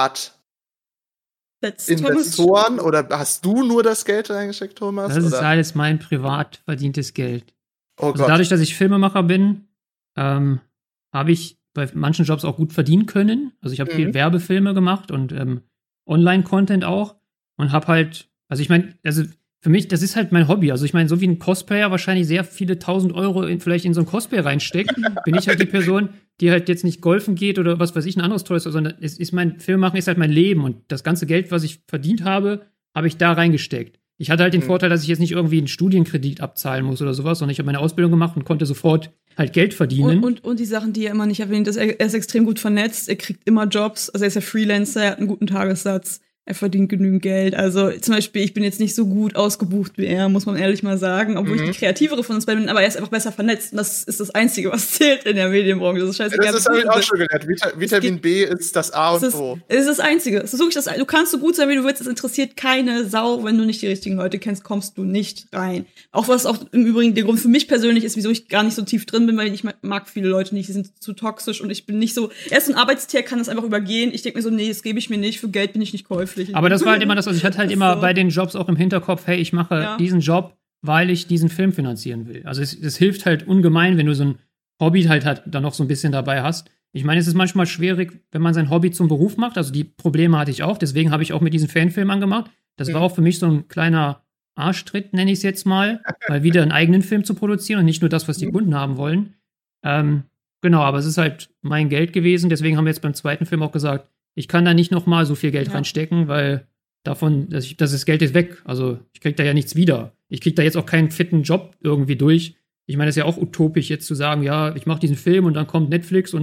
Privatinvestoren oder hast du nur das Geld reingesteckt, Thomas? Das ist alles mein privat verdientes Geld. Oh also dadurch, dass ich Filmemacher bin, habe ich bei manchen Jobs auch gut verdienen können. Also ich habe viel Werbefilme gemacht und Online-Content auch und habe halt, also ich meine, also für mich, das ist halt mein Hobby. Also ich meine, so wie ein Cosplayer wahrscheinlich sehr viele 1.000 € vielleicht in so ein Cosplay reinsteckt, bin ich halt die Person, die halt jetzt nicht golfen geht oder was weiß ich, ein anderes Tolles, sondern Filmemachen ist halt mein Leben und das ganze Geld, was ich verdient habe, habe ich da reingesteckt. Ich hatte halt den Vorteil, dass ich jetzt nicht irgendwie einen Studienkredit abzahlen muss oder sowas, sondern ich habe meine Ausbildung gemacht und konnte sofort halt Geld verdienen. Und die Sachen, die er immer nicht erwähnt, er ist extrem gut vernetzt, er kriegt immer Jobs, also er ist ja Freelancer, er hat einen guten Tagessatz, er verdient genügend Geld. Also zum Beispiel, ich bin jetzt nicht so gut ausgebucht wie er, muss man ehrlich mal sagen, obwohl ich die kreativere von uns beiden bin, aber er ist einfach besser vernetzt und das ist das Einzige, was zählt in der Medienbranche. Das ist scheißegal. Das habe ich auch schon gelernt. Vitamin B ist das A und O. Es ist das Einzige. Es ist wirklich das. Du kannst so gut sein, wie du willst. Es interessiert keine Sau. Wenn du nicht die richtigen Leute kennst, kommst du nicht rein. Auch was auch im Übrigen der Grund für mich persönlich ist, wieso ich gar nicht so tief drin bin, weil ich mag viele Leute nicht. Die sind zu toxisch und ich bin nicht so. Er ist ein Arbeitstier, kann das einfach übergehen. Ich denke mir so, nee, das gebe ich mir nicht. Für Geld bin ich nicht käuflich. Aber das war halt immer das, also ich hatte halt immer bei den Jobs auch im Hinterkopf, hey, ich mache diesen Job, weil ich diesen Film finanzieren will. Also es hilft halt ungemein, wenn du so ein Hobby halt da noch so ein bisschen dabei hast. Ich meine, es ist manchmal schwierig, wenn man sein Hobby zum Beruf macht. Also die Probleme hatte ich auch. Deswegen habe ich auch mit diesen Fanfilmen angemacht. Das war auch für mich so ein kleiner Arschtritt, nenne ich es jetzt mal, mal wieder einen eigenen Film zu produzieren und nicht nur das, was die Kunden haben wollen. Genau, aber es ist halt mein Geld gewesen. Deswegen haben wir jetzt beim zweiten Film auch gesagt, ich kann da nicht noch mal so viel Geld reinstecken, weil das Geld ist weg. Also ich krieg da ja nichts wieder. Ich krieg da jetzt auch keinen fitten Job irgendwie durch. Ich meine, das ist ja auch utopisch, jetzt zu sagen, ja, ich mache diesen Film und dann kommt Netflix und dann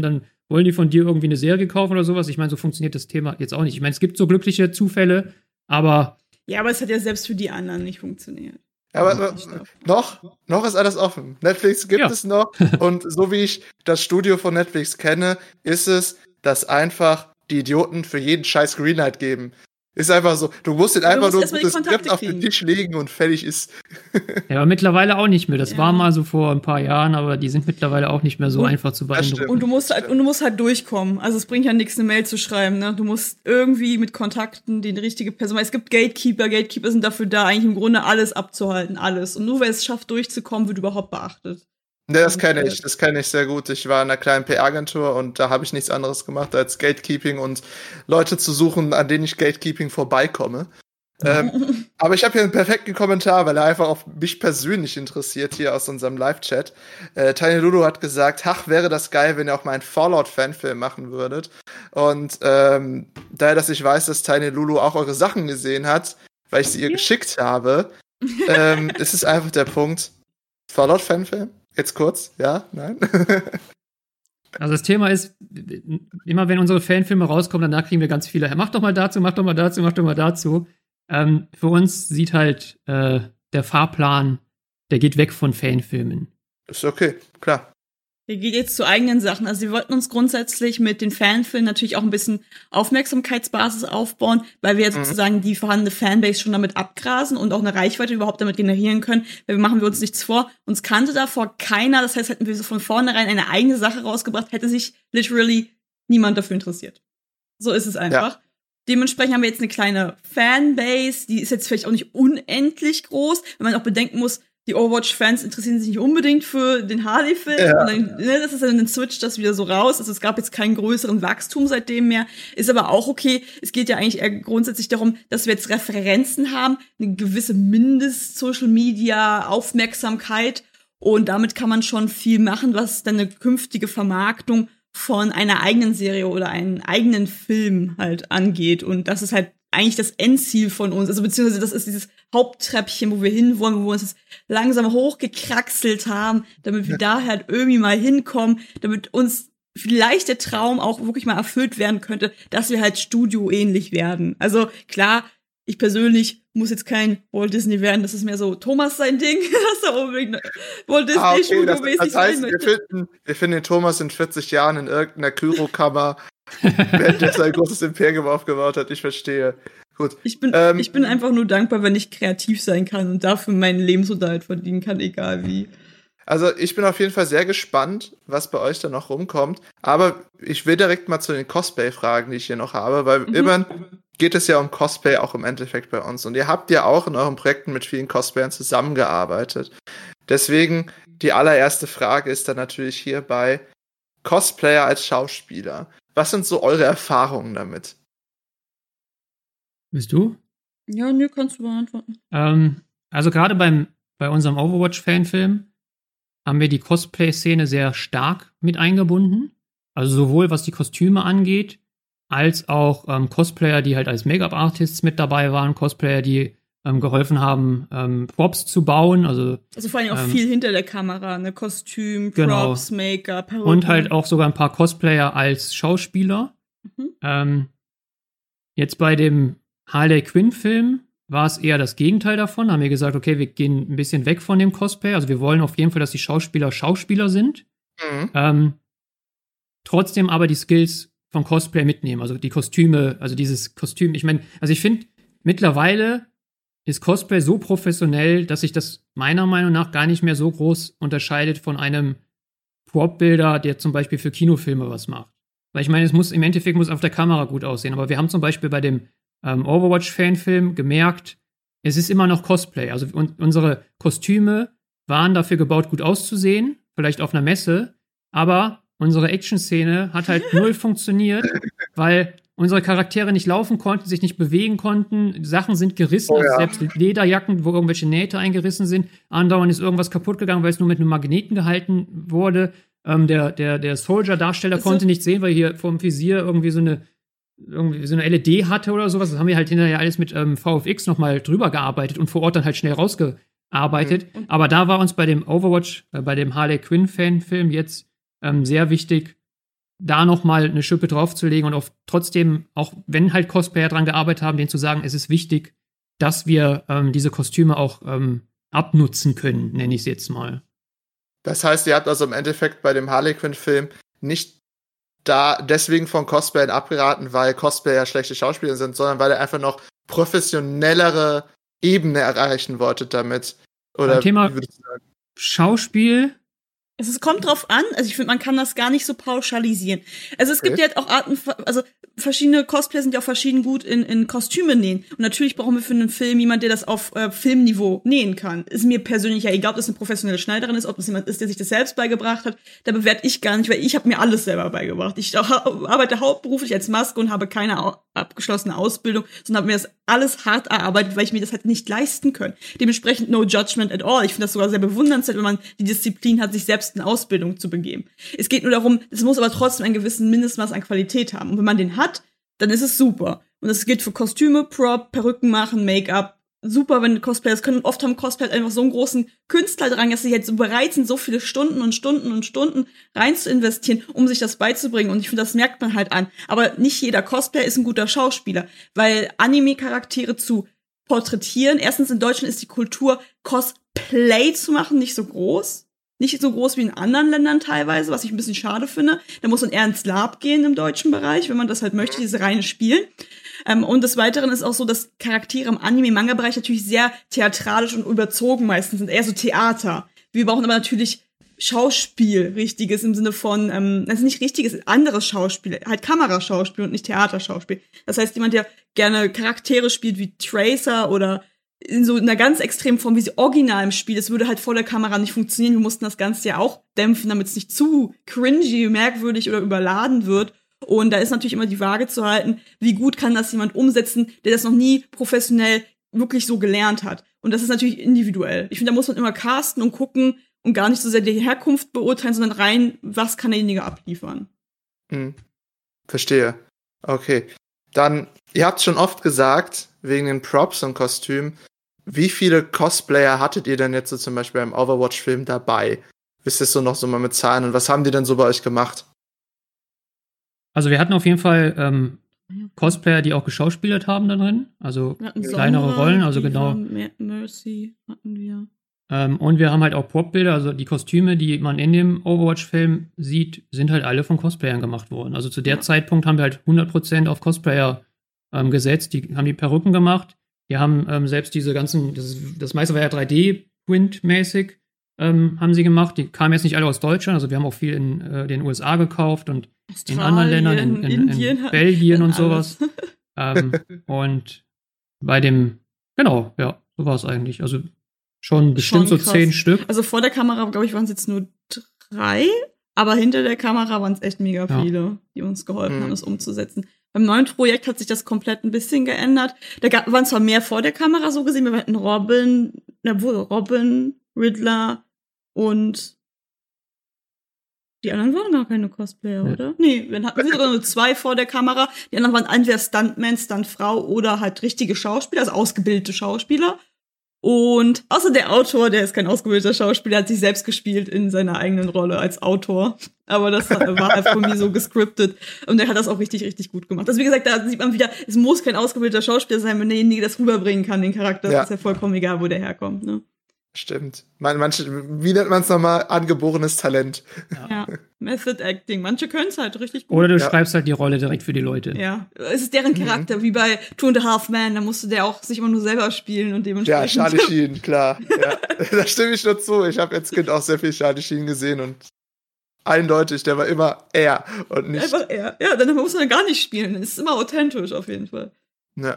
wollen die von dir irgendwie eine Serie kaufen oder sowas? Ich meine, so funktioniert das Thema jetzt auch nicht. Ich meine, es gibt so glückliche Zufälle, aber Ja, aber es hat ja selbst für die anderen nicht funktioniert. Aber noch ist alles offen. Netflix gibt es noch. Und so wie ich das Studio von Netflix kenne, ist es, dass einfach die Idioten für jeden Scheiß Greenlight geben. Ist einfach so, du musst den einfach nur das Skript auf den Tisch legen und fertig ist. Ja, aber mittlerweile auch nicht mehr. Das war mal so vor ein paar Jahren, aber die sind mittlerweile auch nicht mehr so einfach zu beeindrucken. Und du musst halt durchkommen. Also es bringt ja nichts, eine Mail zu schreiben, ne? Du musst irgendwie mit Kontakten die richtige Person. Es gibt Gatekeeper sind dafür da, eigentlich im Grunde alles abzuhalten, alles. Und nur wer es schafft, durchzukommen, wird überhaupt beachtet. Ne, das kenne ich sehr gut. Ich war in einer kleinen PR-Agentur und da habe ich nichts anderes gemacht, als Gatekeeping und Leute zu suchen, an denen ich Gatekeeping vorbeikomme. Aber ich habe hier einen perfekten Kommentar, weil er einfach auf mich persönlich interessiert, hier aus unserem Live-Chat. Tiny Lulu hat gesagt, ach, wäre das geil, wenn ihr auch mal einen Fallout-Fanfilm machen würdet. Und daher, dass ich weiß, dass Tiny Lulu auch eure Sachen gesehen hat, weil ich sie ihr geschickt habe, ist es einfach der Punkt, Fallout-Fanfilm? Jetzt kurz, ja, nein. Also das Thema ist, immer wenn unsere Fanfilme rauskommen, danach kriegen wir ganz viele, mach doch mal dazu, mach doch mal dazu, mach doch mal dazu. Für uns sieht halt der Fahrplan, der geht weg von Fanfilmen. Ist okay, klar. Wir gehen jetzt zu eigenen Sachen. Also wir wollten uns grundsätzlich mit den Fanfilmen natürlich auch ein bisschen Aufmerksamkeitsbasis aufbauen, weil wir jetzt sozusagen die vorhandene Fanbase schon damit abgrasen und auch eine Reichweite überhaupt damit generieren können. Weil machen wir uns nichts vor. Uns kannte davor keiner. Das heißt, hätten wir so von vornherein eine eigene Sache rausgebracht, hätte sich literally niemand dafür interessiert. So ist es einfach. Ja. Dementsprechend haben wir jetzt eine kleine Fanbase. Die ist jetzt vielleicht auch nicht unendlich groß, wenn man auch bedenken muss, die Overwatch-Fans interessieren sich nicht unbedingt für den Harley-Film. Ja. Das ist dann switcht das wieder so raus. Also es gab jetzt keinen größeren Wachstum seitdem mehr. Ist aber auch okay. Es geht ja eigentlich eher grundsätzlich darum, dass wir jetzt Referenzen haben, eine gewisse Mindest-Social-Media-Aufmerksamkeit. Und damit kann man schon viel machen, was dann eine künftige Vermarktung von einer eigenen Serie oder einem eigenen Film halt angeht. Und das ist halt eigentlich das Endziel von uns, also beziehungsweise das ist dieses Haupttreppchen, wo wir hinwollen, wo wir uns jetzt langsam hochgekraxelt haben, damit wir da halt irgendwie mal hinkommen, damit uns vielleicht der Traum auch wirklich mal erfüllt werden könnte, dass wir halt studioähnlich werden. Also klar, ich persönlich muss jetzt kein Walt Disney werden, das ist mehr so Thomas sein Ding, dass er unbedingt Walt Disney studiomäßig sein möchte. Wir finden den Thomas in 40 Jahren in irgendeiner Kyrokammer, während er sein großes Imperium aufgebaut hat. Ich verstehe. Gut. Ich bin einfach nur dankbar, wenn ich kreativ sein kann und dafür meinen Lebensunterhalt verdienen kann, egal wie. Also ich bin auf jeden Fall sehr gespannt, was bei euch da noch rumkommt. Aber ich will direkt mal zu den Cosplay-Fragen, die ich hier noch habe, weil immer geht es ja um Cosplay auch im Endeffekt bei uns. Und ihr habt ja auch in euren Projekten mit vielen Cosplayern zusammengearbeitet. Deswegen die allererste Frage ist dann natürlich hierbei Cosplayer als Schauspieler. Was sind so eure Erfahrungen damit? Bist du? Ja, nö, kannst du beantworten. Also gerade bei unserem Overwatch-Fanfilm haben wir die Cosplay-Szene sehr stark mit eingebunden. Also sowohl was die Kostüme angeht, als auch Cosplayer, die halt als Make-up-Artists mit dabei waren, Cosplayer, die geholfen haben, Props zu bauen. Also vor allem auch viel hinter der Kamera, ne? Kostüm, Props, genau. Make-up, Perücken. Und halt auch sogar ein paar Cosplayer als Schauspieler. Jetzt bei dem Harley Quinn-Film war es eher das Gegenteil davon. Haben wir gesagt, okay, wir gehen ein bisschen weg von dem Cosplay. Also wir wollen auf jeden Fall, dass die Schauspieler sind. Trotzdem aber die Skills von Cosplay mitnehmen. Also die Kostüme, also dieses Kostüm. Ich meine, also ich finde, mittlerweile ist Cosplay so professionell, dass sich das meiner Meinung nach gar nicht mehr so groß unterscheidet von einem Prop-Builder, der zum Beispiel für Kinofilme was macht. Weil ich meine, im Endeffekt muss auf der Kamera gut aussehen. Aber wir haben zum Beispiel bei dem Overwatch-Fanfilm gemerkt, es ist immer noch Cosplay. Also unsere Kostüme waren dafür gebaut, gut auszusehen, vielleicht auf einer Messe, aber unsere Action-Szene hat halt null funktioniert, weil unsere Charaktere nicht laufen konnten, sich nicht bewegen konnten, Sachen sind gerissen, also selbst Lederjacken, wo irgendwelche Nähte eingerissen sind, andauernd ist irgendwas kaputt gegangen, weil es nur mit einem Magneten gehalten wurde. Der Soldier-Darsteller konnte nicht sehen, weil hier vorm Visier irgendwie so eine LED hatte oder sowas. Das haben wir halt hinterher alles mit VFX nochmal drüber gearbeitet und vor Ort dann halt schnell rausgearbeitet. Aber da war uns bei dem Overwatch, bei dem Harley Quinn-Fanfilm jetzt sehr wichtig, da nochmal eine Schippe draufzulegen und trotzdem, auch wenn halt Cosplayer dran gearbeitet haben, denen zu sagen, es ist wichtig, dass wir diese Kostüme auch abnutzen können, nenne ich es jetzt mal. Das heißt, ihr habt also im Endeffekt bei dem Harley Quinn-Film nicht deswegen von Cosplayern abgeraten, weil Cosplayer schlechte Schauspieler sind, sondern weil ihr einfach noch professionellere Ebene erreichen wolltet damit. Oder beim Thema wie würdest du sagen? Schauspiel. Es kommt drauf an, also ich finde, man kann das gar nicht so pauschalisieren. Also es gibt ja halt auch Arten, also verschiedene Cosplayer sind ja auch verschieden gut in Kostüme nähen. Und natürlich brauchen wir für einen Film jemand, der das auf Filmniveau nähen kann. Ist mir persönlich ja egal, ob das eine professionelle Schneiderin ist, ob das jemand ist, der sich das selbst beigebracht hat. Da bewerte ich gar nicht, weil ich habe mir alles selber beigebracht. Ich arbeite hauptberuflich als Maske und habe keine abgeschlossene Ausbildung, sondern habe mir das alles hart erarbeitet, weil ich mir das halt nicht leisten können. Dementsprechend no judgment at all. Ich finde das sogar sehr bewundernswert, wenn man die Disziplin hat, sich selbst in Ausbildung zu begeben. Es geht nur darum, es muss aber trotzdem einen gewissen Mindestmaß an Qualität haben. Und wenn man den hat, dann ist es super. Und das gilt für Kostüme, Prop, Perücken machen, Make-up. Super, wenn Cosplayers können. Oft haben Cosplayer einfach so einen großen Künstler dran, dass sie jetzt so bereit sind, so viele Stunden und Stunden und Stunden rein zu investieren, um sich das beizubringen. Und ich finde, das merkt man halt an. Aber nicht jeder Cosplayer ist ein guter Schauspieler, weil Anime-Charaktere zu porträtieren, erstens in Deutschland ist die Kultur, Cosplay zu machen, nicht so groß. Nicht so groß wie in anderen Ländern teilweise, was ich ein bisschen schade finde. Da muss man eher ins Lab gehen im deutschen Bereich, wenn man das halt möchte, diese reine Spielen. Und des Weiteren ist auch so, dass Charaktere im Anime-Manga-Bereich natürlich sehr theatralisch und überzogen meistens sind, eher so Theater. Wir brauchen aber natürlich Schauspiel, richtiges im Sinne von, also nicht richtiges, anderes Schauspiel, halt Kameraschauspiel und nicht Theaterschauspiel. Das heißt, jemand, der gerne Charaktere spielt wie Tracer oder in so einer ganz extremen Form, wie sie original im Spiel, das würde halt vor der Kamera nicht funktionieren. Wir mussten das Ganze ja auch dämpfen, damit es nicht zu cringy, merkwürdig oder überladen wird. Und da ist natürlich immer die Waage zu halten, wie gut kann das jemand umsetzen, der das noch nie professionell wirklich so gelernt hat. Und das ist natürlich individuell. Ich finde, da muss man immer casten und gucken und gar nicht so sehr die Herkunft beurteilen, sondern rein, was kann derjenige abliefern. Verstehe. Okay. Dann, ihr habt schon oft gesagt, wegen den Props und Kostümen, wie viele Cosplayer hattet ihr denn jetzt so zum Beispiel beim Overwatch-Film dabei? Wisst ihr so noch so mal mit Zahlen? Und was haben die denn so bei euch gemacht? Also wir hatten auf jeden Fall Cosplayer, die auch geschauspielert haben da drin. Also kleinere Rollen, also genau. Mercy hatten wir. Und wir haben halt auch Prop-Bilder, also die Kostüme, die man in dem Overwatch-Film sieht, sind halt alle von Cosplayern gemacht worden. Also zu der Zeitpunkt haben wir halt 100% auf Cosplayer gesetzt. Die haben die Perücken gemacht. Die haben selbst diese ganzen, das meiste war ja 3D-Print-mäßig, haben sie gemacht. Die kamen jetzt nicht alle aus Deutschland, also wir haben auch viel in den USA gekauft und in anderen Ländern, in Belgien und sowas. Und bei dem, genau, ja, so war es eigentlich. Also schon bestimmt so 10 Stück. Also vor der Kamera, glaube ich, waren es jetzt nur 3, aber hinter der Kamera waren es echt mega viele, die uns geholfen haben, das umzusetzen. Beim neuen Projekt hat sich das komplett ein bisschen geändert. Da waren zwar mehr vor der Kamera so gesehen, wir hatten Robin, Riddler und die anderen waren gar keine Cosplayer, oder? Nee, wir hatten sogar nur 2 vor der Kamera. Die anderen waren entweder Stuntman, Stuntfrau oder halt richtige Schauspieler, also ausgebildete Schauspieler. Und außer der Autor, der ist kein ausgebildeter Schauspieler, hat sich selbst gespielt in seiner eigenen Rolle als Autor. Aber das war einfach von mir so gescriptet. Und er hat das auch richtig, richtig gut gemacht. Also wie gesagt, da sieht man wieder, es muss kein ausgebildeter Schauspieler sein, wenn derjenige das rüberbringen kann, den Charakter. Das ist ja vollkommen egal, wo der herkommt, ne? Stimmt. Wie nennt man es nochmal? Angeborenes Talent. Ja, Method Acting. Manche können es halt richtig gut. Oder du schreibst halt die Rolle direkt für die Leute. Ja, es ist deren Charakter, wie bei Two and a Half Men. Da musste der auch sich immer nur selber spielen und dementsprechend. Ja, Charlie Sheen, klar. Ja. Da stimme ich nur zu. Ich habe als Kind auch sehr viel Charlie Sheen gesehen und eindeutig, der war immer er und nicht. Einfach er. Ja, dann muss man gar nicht spielen. Es ist immer authentisch auf jeden Fall. Ja.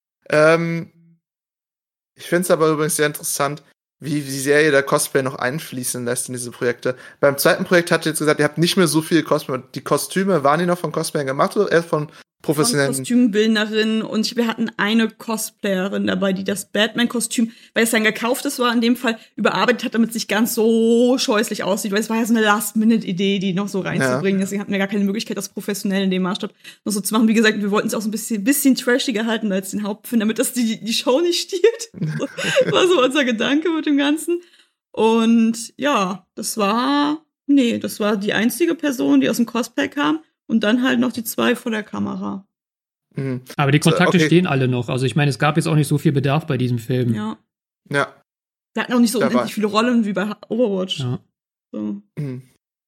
Ich finde es aber übrigens sehr interessant, wie sehr ihr da Cosplay noch einfließen lässt in diese Projekte. Beim zweiten Projekt habt ihr jetzt gesagt, ihr habt nicht mehr so viel Cosplay. Die Kostüme, waren die noch von Cosplayern gemacht oder erst von professionellen? Von Kostümbildnerin und wir hatten eine Cosplayerin dabei, die das Batman-Kostüm, weil es dann gekauftes war, in dem Fall überarbeitet hat, damit es nicht ganz so scheußlich aussieht, weil es war ja so eine Last-Minute-Idee, die noch so reinzubringen. Deswegen hatten wir gar keine Möglichkeit, das professionell in dem Maßstab noch so zu machen. Wie gesagt, wir wollten es auch so ein bisschen trashiger halten als den Hauptfilm, damit das die Show nicht stiehlt. War so unser Gedanke mit dem Ganzen. Und ja, das war die einzige Person, die aus dem Cosplay kam. und dann halt noch die 2 vor der Kamera. Mhm. Aber die Kontakte stehen alle noch. Also ich meine, es gab jetzt auch nicht so viel Bedarf bei diesem Film. Ja. Ja. Wir hatten auch nicht so unendlich viele Rollen wie bei Overwatch. Ja. So. Mhm.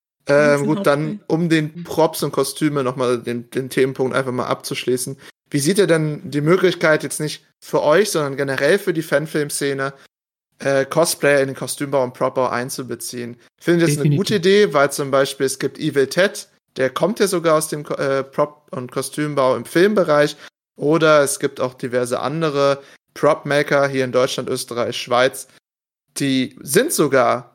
Gut, dann um den Props und Kostüme nochmal den Themenpunkt einfach mal abzuschließen. Wie seht ihr denn die Möglichkeit jetzt nicht für euch, sondern generell für die Fanfilm-Szene, Cosplayer in den Kostümbau und Propbau einzubeziehen? Findet ihr das eine gute Idee, weil zum Beispiel es gibt Evil Ted, der kommt ja sogar aus dem Prop- und Kostümbau im Filmbereich, oder es gibt auch diverse andere Prop-Maker hier in Deutschland, Österreich, Schweiz, die sind sogar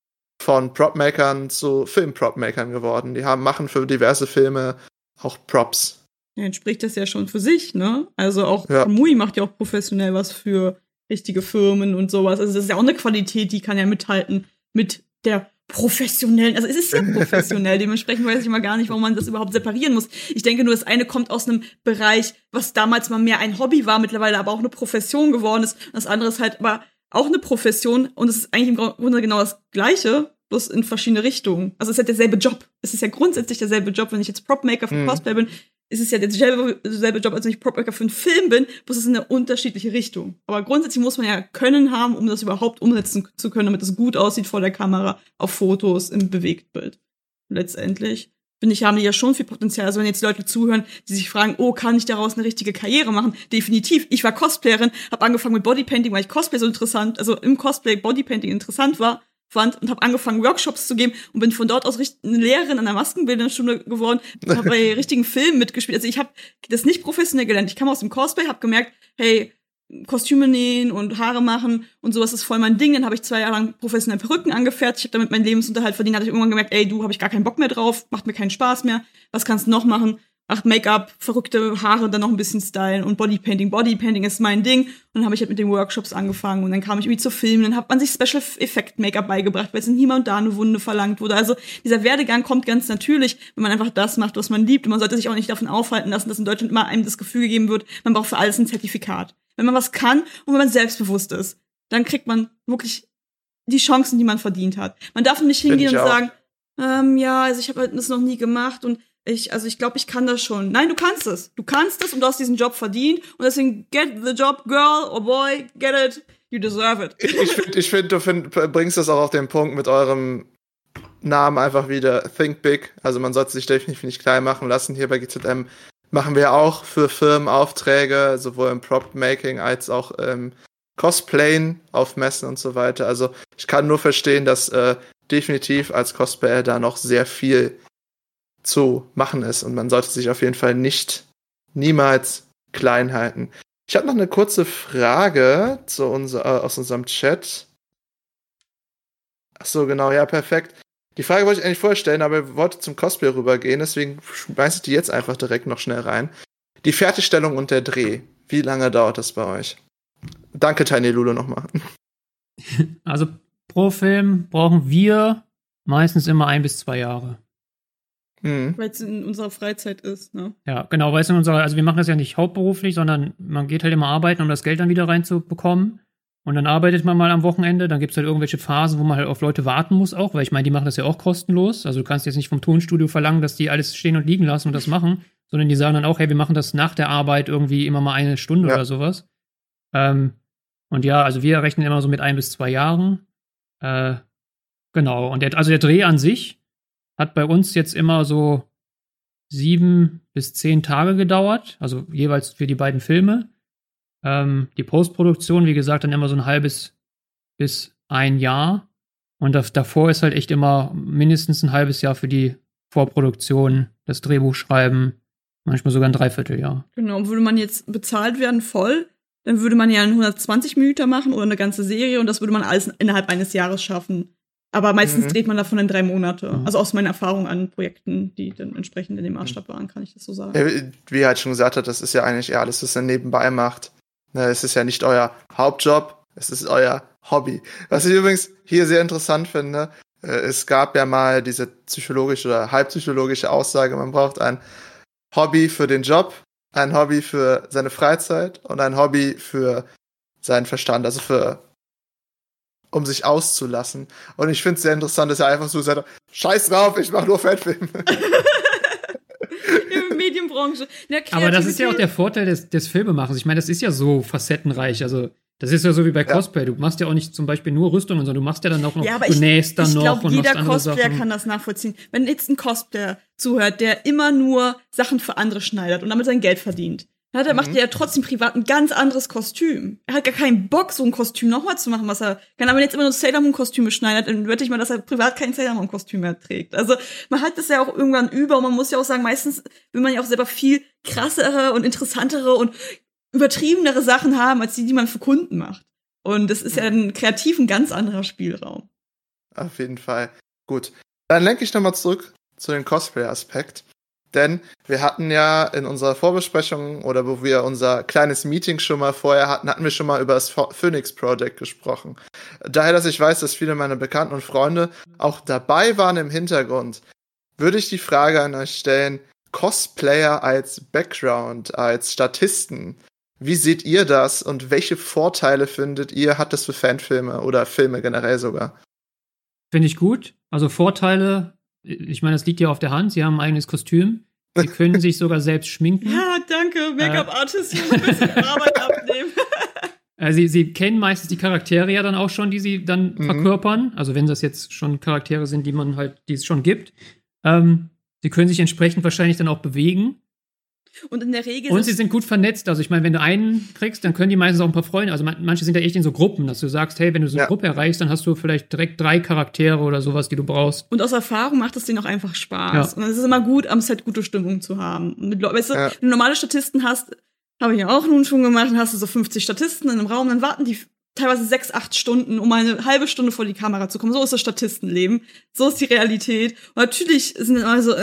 von Prop-Makern zu Film-Prop-Makern geworden. Die machen für diverse Filme auch Props. Ja, dann spricht das ja schon für sich, ne? Also auch Kamui macht ja auch professionell was für richtige Firmen und sowas. Also das ist ja auch eine Qualität, die kann ja mithalten mit der professionellen, also es ist ja professionell, dementsprechend weiß ich immer gar nicht, warum man das überhaupt separieren muss. Ich denke nur, das eine kommt aus einem Bereich, was damals mal mehr ein Hobby war, mittlerweile aber auch eine Profession geworden ist. Und das andere ist halt aber auch eine Profession und es ist eigentlich im Grunde genau das Gleiche, bloß in verschiedene Richtungen. Also es ist ja derselbe Job. Es ist ja grundsätzlich derselbe Job, wenn ich jetzt Propmaker für Cosplay bin, ist es ja derselbe Job, als wenn ich Propmaker für einen Film bin, bloß es ist in eine unterschiedliche Richtung. Aber grundsätzlich muss man ja Können haben, um das überhaupt umsetzen zu können, damit es gut aussieht vor der Kamera, auf Fotos, im Bewegtbild. Letztendlich, finde ich, haben die ja schon viel Potenzial. Also wenn jetzt Leute zuhören, die sich fragen, oh, kann ich daraus eine richtige Karriere machen? Definitiv. Ich war Cosplayerin, habe angefangen mit Bodypainting, weil ich Cosplay so interessant, also im Cosplay Bodypainting interessant fand und habe angefangen, Workshops zu geben und bin von dort aus eine Lehrerin an der Maskenbildnerschule geworden, habe bei richtigen Filmen mitgespielt. Also ich habe das nicht professionell gelernt. Ich kam aus dem Cosplay, habe gemerkt, hey, Kostüme nähen und Haare machen und sowas ist voll mein Ding. Dann habe ich 2 Jahre lang professionell Perücken angefertigt, ich habe damit meinen Lebensunterhalt verdient. Hatte ich irgendwann gemerkt, ey, habe ich gar keinen Bock mehr drauf, macht mir keinen Spaß mehr. Was kannst du noch machen? Ach, Make-up, verrückte Haare, dann noch ein bisschen stylen und Bodypainting. Bodypainting ist mein Ding. Und dann habe ich halt mit den Workshops angefangen und dann kam ich irgendwie zu Filmen. Dann hat man sich Special Effect Make-up beigebracht, weil es in hier und da eine Wunde verlangt wurde. Also dieser Werdegang kommt ganz natürlich, wenn man einfach das macht, was man liebt. Und man sollte sich auch nicht davon aufhalten lassen, dass in Deutschland immer einem das Gefühl gegeben wird, man braucht für alles ein Zertifikat. Wenn man was kann und wenn man selbstbewusst ist, dann kriegt man wirklich die Chancen, die man verdient hat. Man darf nicht hingehen und sagen, ja, also ich habe das noch nie gemacht und ich glaube, ich kann das schon. Nein, du kannst es. Du kannst es und du hast diesen Job verdient. Und deswegen, get the job, girl or boy, get it, you deserve it. Ich finde, du bringst das auch auf den Punkt mit eurem Namen einfach wieder. Think big. Also man sollte sich definitiv nicht klein machen lassen. Hier bei GZM machen wir auch für Firmen Aufträge, sowohl im Prop-Making als auch Cosplayen auf Messen und so weiter. Also ich kann nur verstehen, dass definitiv als Cosplayer da noch sehr viel zu machen ist und man sollte sich auf jeden Fall niemals klein halten. Ich habe noch eine kurze Frage aus unserem Chat. Ach so, genau, ja, perfekt. Die Frage wollte ich eigentlich vorher stellen, aber ich wollte zum Cosplay rübergehen, deswegen schmeiße ich die jetzt einfach direkt noch schnell rein. Die Fertigstellung und der Dreh, wie lange dauert das bei euch? Danke, Tiny Lulu, nochmal. Also pro Film brauchen wir meistens immer 1 bis 2 Jahre. Weil es in unserer Freizeit ist, ne? Ja, genau, weil es in unserer, also wir machen das ja nicht hauptberuflich, sondern man geht halt immer arbeiten, um das Geld dann wieder reinzubekommen. Und dann arbeitet man mal am Wochenende, dann gibt es halt irgendwelche Phasen, wo man halt auf Leute warten muss auch, weil ich meine, die machen das ja auch kostenlos. Also du kannst jetzt nicht vom Tonstudio verlangen, dass die alles stehen und liegen lassen und das machen, sondern die sagen dann auch, hey, wir machen das nach der Arbeit irgendwie immer mal 1 Stunde oder sowas. Und ja, also wir rechnen immer so mit 1 bis 2 Jahren. Genau, und der Dreh an sich hat bei uns jetzt immer so 7 bis 10 Tage gedauert, also jeweils für die beiden Filme. Die Postproduktion, wie gesagt, dann immer so ein halbes bis 1 Jahr. Und davor ist halt echt immer mindestens ein halbes Jahr für die Vorproduktion, das Drehbuch schreiben, manchmal sogar ein Dreivierteljahr. Genau, und würde man jetzt bezahlt werden voll, dann würde man ja einen 120 Minuten machen oder eine ganze Serie und das würde man alles innerhalb eines Jahres schaffen. Aber meistens dreht man davon in 3 Monate. Also aus meiner Erfahrung an Projekten, die dann entsprechend in dem Maßstab waren, kann ich das so sagen. Wie er halt schon gesagt hat, das ist ja eigentlich eher alles, was er nebenbei macht. Es ist ja nicht euer Hauptjob, es ist euer Hobby. Was ich übrigens hier sehr interessant finde, es gab ja mal diese psychologische oder halbpsychologische Aussage, man braucht ein Hobby für den Job, ein Hobby für seine Freizeit und ein Hobby für seinen Verstand, also um sich auszulassen. Und ich finde es sehr interessant, dass er einfach so gesagt hat, scheiß drauf, ich mache nur Fanfilme. Branche. Aber das ist ja auch der Vorteil des Filmemachens. Ich meine, das ist ja so facettenreich. Also, das ist ja so wie bei Cosplay. Du machst ja auch nicht zum Beispiel nur Rüstungen, sondern du machst ja dann auch noch, du nähst dann noch. Ich glaube, jeder Cosplayer kann das nachvollziehen. Wenn jetzt ein Cosplayer zuhört, der immer nur Sachen für andere schneidert und damit sein Geld verdient, dann macht er ja trotzdem privat ein ganz anderes Kostüm. Er hat gar keinen Bock, so ein Kostüm nochmal zu machen, was er kann. Aber wenn er jetzt immer nur Sailor Moon Kostüme schneidet, dann wette ich mal, dass er privat kein Sailor Moon Kostüm mehr trägt. Also man hat das ja auch irgendwann über und man muss ja auch sagen, meistens will man ja auch selber viel krassere und interessantere und übertriebenere Sachen haben, als die man für Kunden macht. Und das ist ja ein kreativ ein ganz anderer Spielraum. Auf jeden Fall. Gut. Dann lenke ich nochmal zurück zu dem Cosplay-Aspekt. Denn wir hatten ja in unserer Vorbesprechung oder wo wir unser kleines Meeting schon mal vorher hatten wir schon mal über das Phoenix Project gesprochen. Daher, dass ich weiß, dass viele meiner Bekannten und Freunde auch dabei waren im Hintergrund, würde ich die Frage an euch stellen, Cosplayer als Background, als Statisten, wie seht ihr das und welche Vorteile findet ihr, hat das für Fanfilme oder Filme generell sogar? Finde ich gut. Also Vorteile, ich meine, das liegt ja auf der Hand. Sie haben ein eigenes Kostüm. Sie können sich sogar selbst schminken. Ja, danke, Make-up-Artist, ich muss ein bisschen Arbeit abnehmen. Sie kennen meistens die Charaktere ja dann auch schon, die sie dann verkörpern. Also wenn das jetzt schon Charaktere sind, die es schon gibt. Sie können sich entsprechend wahrscheinlich dann auch bewegen. Und in der Regel. Und sie sind gut vernetzt. Also ich meine, wenn du einen kriegst, dann können die meistens auch ein paar Freunde. Also manche sind ja echt in so Gruppen, dass du sagst, hey, wenn du so eine Gruppe erreichst, dann hast du vielleicht direkt 3 Charaktere oder sowas, die du brauchst. Und aus Erfahrung macht es denen auch einfach Spaß. Ja. Und es ist immer gut, am Set gute Stimmung zu haben. Weißt du, wenn du normale Statisten hast, habe ich ja auch nun schon gemacht, dann hast du so 50 Statisten in einem Raum, dann warten die teilweise 6, 8 Stunden, um eine halbe Stunde vor die Kamera zu kommen. So ist das Statistenleben. So ist die Realität. Und natürlich sind dann immer so,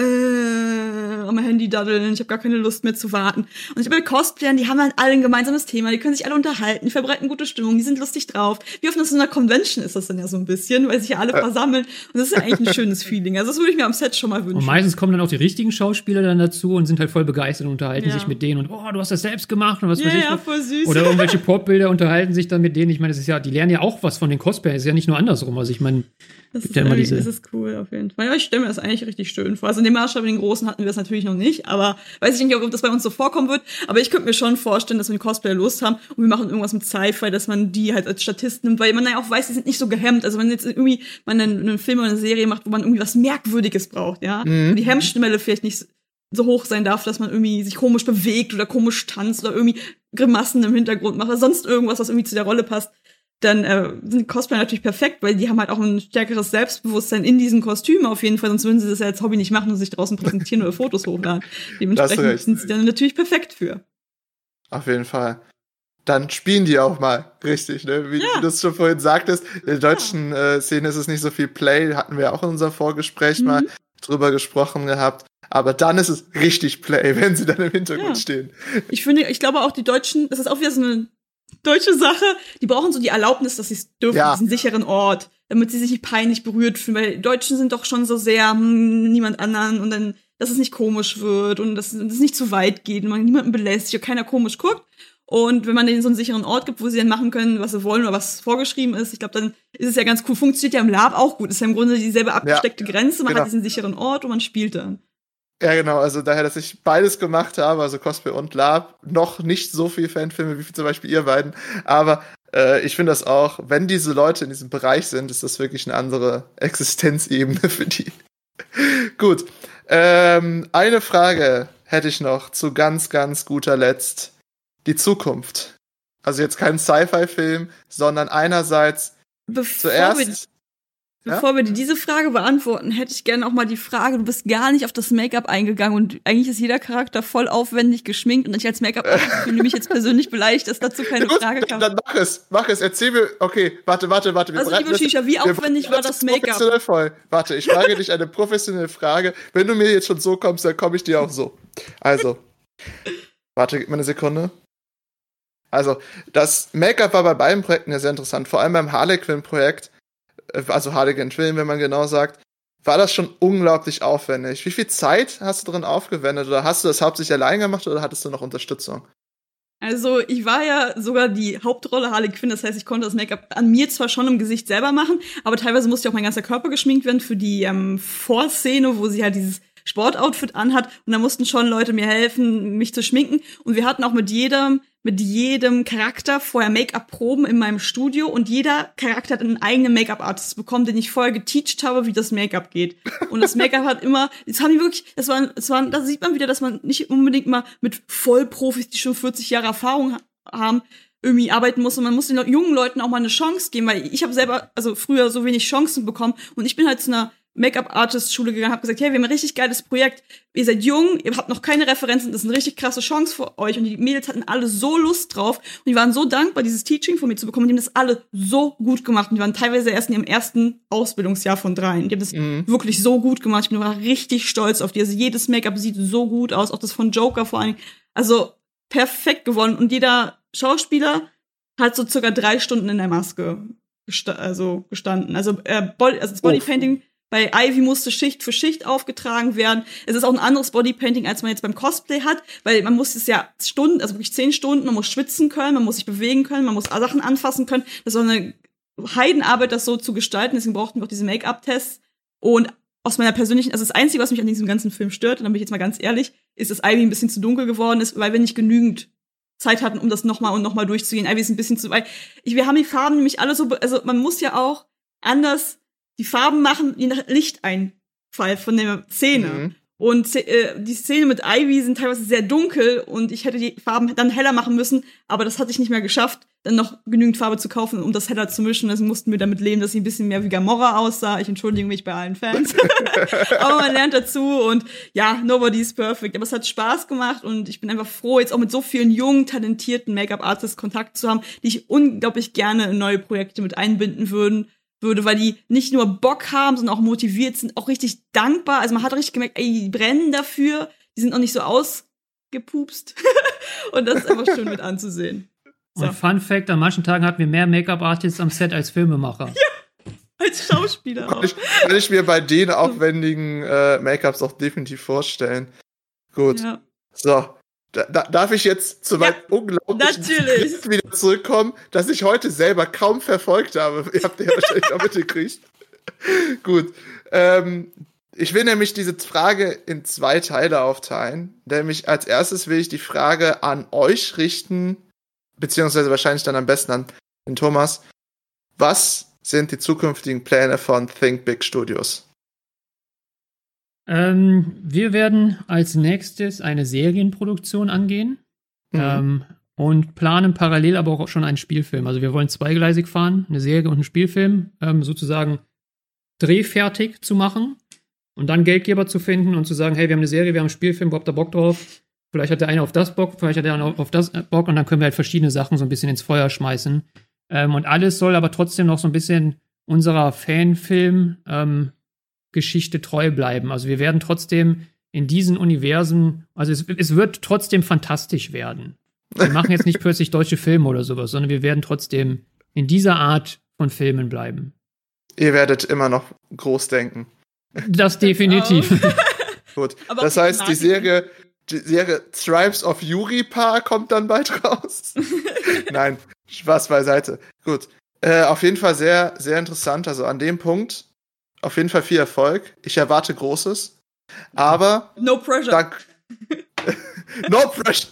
am Handy daddeln, ich habe gar keine Lust mehr zu warten. Und ich bei Cosplayern, die haben dann alle ein gemeinsames Thema, die können sich alle unterhalten, die verbreiten gute Stimmung, die sind lustig drauf. Wie auf so einer Convention ist das dann ja so ein bisschen, weil sich ja alle versammeln. Und das ist ja eigentlich ein schönes Feeling. Also das würde ich mir am Set schon mal wünschen. Und meistens kommen dann auch die richtigen Schauspieler dann dazu und sind halt voll begeistert und unterhalten sich mit denen. Und du hast das selbst gemacht und was weiß ich. Ja, voll süß. Oder irgendwelche Popbilder unterhalten sich dann mit denen. Ich meine, das ist ja, die lernen ja auch was von den Cosplayern. Das ist ja nicht nur andersrum. Also ich meine, das ist cool auf jeden Fall. Ja, ich stelle mir das eigentlich richtig schön vor. Also in dem Maßstab, in den Großen hatten wir das natürlich noch nicht, aber weiß ich nicht, ob das bei uns so vorkommen wird. Aber ich könnte mir schon vorstellen, dass wir die Cosplayer Lust haben und wir machen irgendwas mit Sci-Fi, dass man die halt als Statisten nimmt, weil man ja auch weiß, die sind nicht so gehemmt. Also wenn jetzt irgendwie man einen Film oder eine Serie macht, wo man irgendwie was Merkwürdiges braucht, ja, und die Hemmschwelle vielleicht nicht so hoch sein darf, dass man irgendwie sich komisch bewegt oder komisch tanzt oder irgendwie Grimassen im Hintergrund macht oder sonst irgendwas, was irgendwie zu der Rolle passt. Dann sind Cosplayer natürlich perfekt, weil die haben halt auch ein stärkeres Selbstbewusstsein in diesem Kostüm auf jeden Fall, sonst würden sie das ja als Hobby nicht machen und sich draußen präsentieren oder Fotos hochladen. Dementsprechend sind sie dann natürlich perfekt für. Auf jeden Fall. Dann spielen die auch mal richtig, ne? Wie du es schon vorhin sagtest, in der deutschen Szene ist es nicht so viel Play, hatten wir auch in unserem Vorgespräch mal drüber gesprochen gehabt. Aber dann ist es richtig Play, wenn sie dann im Hintergrund stehen. Ich glaube auch die Deutschen, das ist auch wieder so eine deutsche Sache, die brauchen so die Erlaubnis, dass sie es dürfen, diesen sicheren Ort, damit sie sich nicht peinlich berührt fühlen, weil Deutschen sind doch schon so sehr niemand anderen und dann, dass es nicht komisch wird und dass es nicht zu weit geht und man niemanden belästigt und keiner komisch guckt. Und wenn man denen so einen sicheren Ort gibt, wo sie dann machen können, was sie wollen oder was vorgeschrieben ist, ich glaube, dann ist es ja ganz cool. Funktioniert ja im Lab auch gut. Ist ja im Grunde dieselbe abgesteckte Grenze. Man hat diesen sicheren Ort und man spielt dann. Ja, genau, also daher, dass ich beides gemacht habe, also Cosplay und Lab, noch nicht so viel Fanfilme wie zum Beispiel ihr beiden, aber ich finde das auch, wenn diese Leute in diesem Bereich sind, ist das wirklich eine andere Existenzebene für die. Gut, eine Frage hätte ich noch zu ganz, ganz guter Letzt. Die Zukunft. Also jetzt kein Sci-Fi-Film, sondern einerseits Bevor wir dir diese Frage beantworten, hätte ich gerne auch mal die Frage, du bist gar nicht auf das Make-up eingegangen und eigentlich ist jeder Charakter voll aufwendig geschminkt und ich als Make-up-Artist fühle mich jetzt persönlich beleidigt, dass dazu keine Frage kam. Dann mach es, erzähl mir, okay, warte. Also liebe Shisha, wie aufwendig war das Make-up? Warte, ich frage dich eine professionelle Frage. Wenn du mir jetzt schon so kommst, dann komme ich dir auch so. Also, warte, gib mir eine Sekunde. Also, das Make-up war bei beiden Projekten ja sehr interessant, vor allem beim Harlequin-Projekt, also Harlequin Film, wenn man genau sagt, war das schon unglaublich aufwendig. Wie viel Zeit hast du drin aufgewendet oder hast du das hauptsächlich allein gemacht oder hattest du noch Unterstützung? Also ich war ja sogar die Hauptrolle Harley Quinn, das heißt, ich konnte das Make-up an mir zwar schon im Gesicht selber machen, aber teilweise musste auch mein ganzer Körper geschminkt werden für die Vorszene, wo sie halt dieses Sportoutfit anhat. Und da mussten schon Leute mir helfen, mich zu schminken. Und wir hatten auch mit jedem Charakter vorher Make-up-Proben in meinem Studio. Und jeder Charakter hat einen eigenen Make-up-Artist bekommen, den ich vorher geteacht habe, wie das Make-up geht. Und das Make-up hat immer, da sieht man wieder, dass man nicht unbedingt mal mit Vollprofis, die schon 40 Jahre Erfahrung haben, irgendwie arbeiten muss, und man muss den jungen Leuten auch mal eine Chance geben, weil ich habe selber, also früher so wenig Chancen bekommen, und ich bin halt zu einer Make-up-Artist-Schule gegangen, habe gesagt, hey, wir haben ein richtig geiles Projekt, ihr seid jung, ihr habt noch keine Referenzen, das ist eine richtig krasse Chance für euch, und die Mädels hatten alle so Lust drauf, und die waren so dankbar, dieses Teaching von mir zu bekommen, und die haben das alle so gut gemacht, und die waren teilweise erst in ihrem ersten Ausbildungsjahr von 3, die haben das wirklich so gut gemacht, ich bin richtig stolz auf die, also jedes Make-up sieht so gut aus, auch das von Joker vor allen Dingen, also perfekt gewonnen, und jeder Schauspieler hat so circa 3 Stunden in der Maske gestanden. Also das Bodypainting bei Ivy musste Schicht für Schicht aufgetragen werden. Es ist auch ein anderes Bodypainting, als man jetzt beim Cosplay hat, weil man muss es ja Stunden, also wirklich 10 Stunden, man muss schwitzen können, man muss sich bewegen können, man muss Sachen anfassen können. Das ist auch eine Heidenarbeit, das so zu gestalten. Deswegen brauchten wir auch diese Make-up-Tests. Und aus meiner persönlichen, also das Einzige, was mich an diesem ganzen Film stört, und dann bin ich jetzt mal ganz ehrlich, ist, dass Ivy ein bisschen zu dunkel geworden ist, weil wir nicht genügend Zeit hatten, um das nochmal und nochmal durchzugehen. Ivy ist ein bisschen zu weit. Wir haben die Farben nämlich alle so, also man muss ja auch anders die Farben machen, je nach Lichteinfall von der Szene. Mhm. Und die Szene mit Ivy sind teilweise sehr dunkel, und ich hätte die Farben dann heller machen müssen, aber das hatte ich nicht mehr geschafft, dann noch genügend Farbe zu kaufen, um das heller zu mischen. Deswegen mussten wir damit leben, dass sie ein bisschen mehr wie Gamora aussah. Ich entschuldige mich bei allen Fans. Aber man lernt dazu, und ja, nobody is perfect. Aber es hat Spaß gemacht, und ich bin einfach froh, jetzt auch mit so vielen jungen, talentierten Make-up-Artists Kontakt zu haben, die ich unglaublich gerne in neue Projekte mit einbinden würde, weil die nicht nur Bock haben, sondern auch motiviert sind, auch richtig dankbar. Also man hat richtig gemerkt, ey, die brennen dafür, die sind auch nicht so ausgepupst. Und das ist einfach schön mit anzusehen. So. Und Fun Fact, an manchen Tagen hatten wir mehr Make-up-Artists am Set als Filmemacher. Ja, als Schauspieler auch. Kann ich mir bei den aufwendigen Make-ups auch definitiv vorstellen. Gut. Ja. So. Darf ich jetzt zu meinem unglaublichen Twist wieder zurückkommen, dass ich heute selber kaum verfolgt habe? Ihr habt ja wahrscheinlich auch mitgekriegt. Gut. Ich will nämlich diese Frage in 2 Teile aufteilen. Nämlich als erstes will ich die Frage an euch richten, beziehungsweise wahrscheinlich dann am besten an den Thomas. Was sind die zukünftigen Pläne von Think Big Studios? Wir werden als nächstes eine Serienproduktion angehen und planen parallel aber auch schon einen Spielfilm. Also wir wollen zweigleisig fahren, eine Serie und einen Spielfilm sozusagen drehfertig zu machen und dann Geldgeber zu finden und zu sagen, hey, wir haben eine Serie, wir haben einen Spielfilm, wo habt ihr Bock drauf? Vielleicht hat der eine auf das Bock, vielleicht hat der andere auf das Bock, und dann können wir halt verschiedene Sachen so ein bisschen ins Feuer schmeißen. Und alles soll aber trotzdem noch so ein bisschen unserer Fanfilm Geschichte treu bleiben. Also wir werden trotzdem in diesen Universen, also es wird trotzdem fantastisch werden. Wir machen jetzt nicht plötzlich deutsche Filme oder sowas, sondern wir werden trotzdem in dieser Art von Filmen bleiben. Ihr werdet immer noch groß denken. Das definitiv. Gut, aber das heißt, die Serie Tribes of Yuri-Pa kommt dann bald raus. Nein, Spaß beiseite. Gut, auf jeden Fall sehr, sehr interessant. Also an dem Punkt auf jeden Fall viel Erfolg. Ich erwarte Großes. Aber no pressure. No pressure.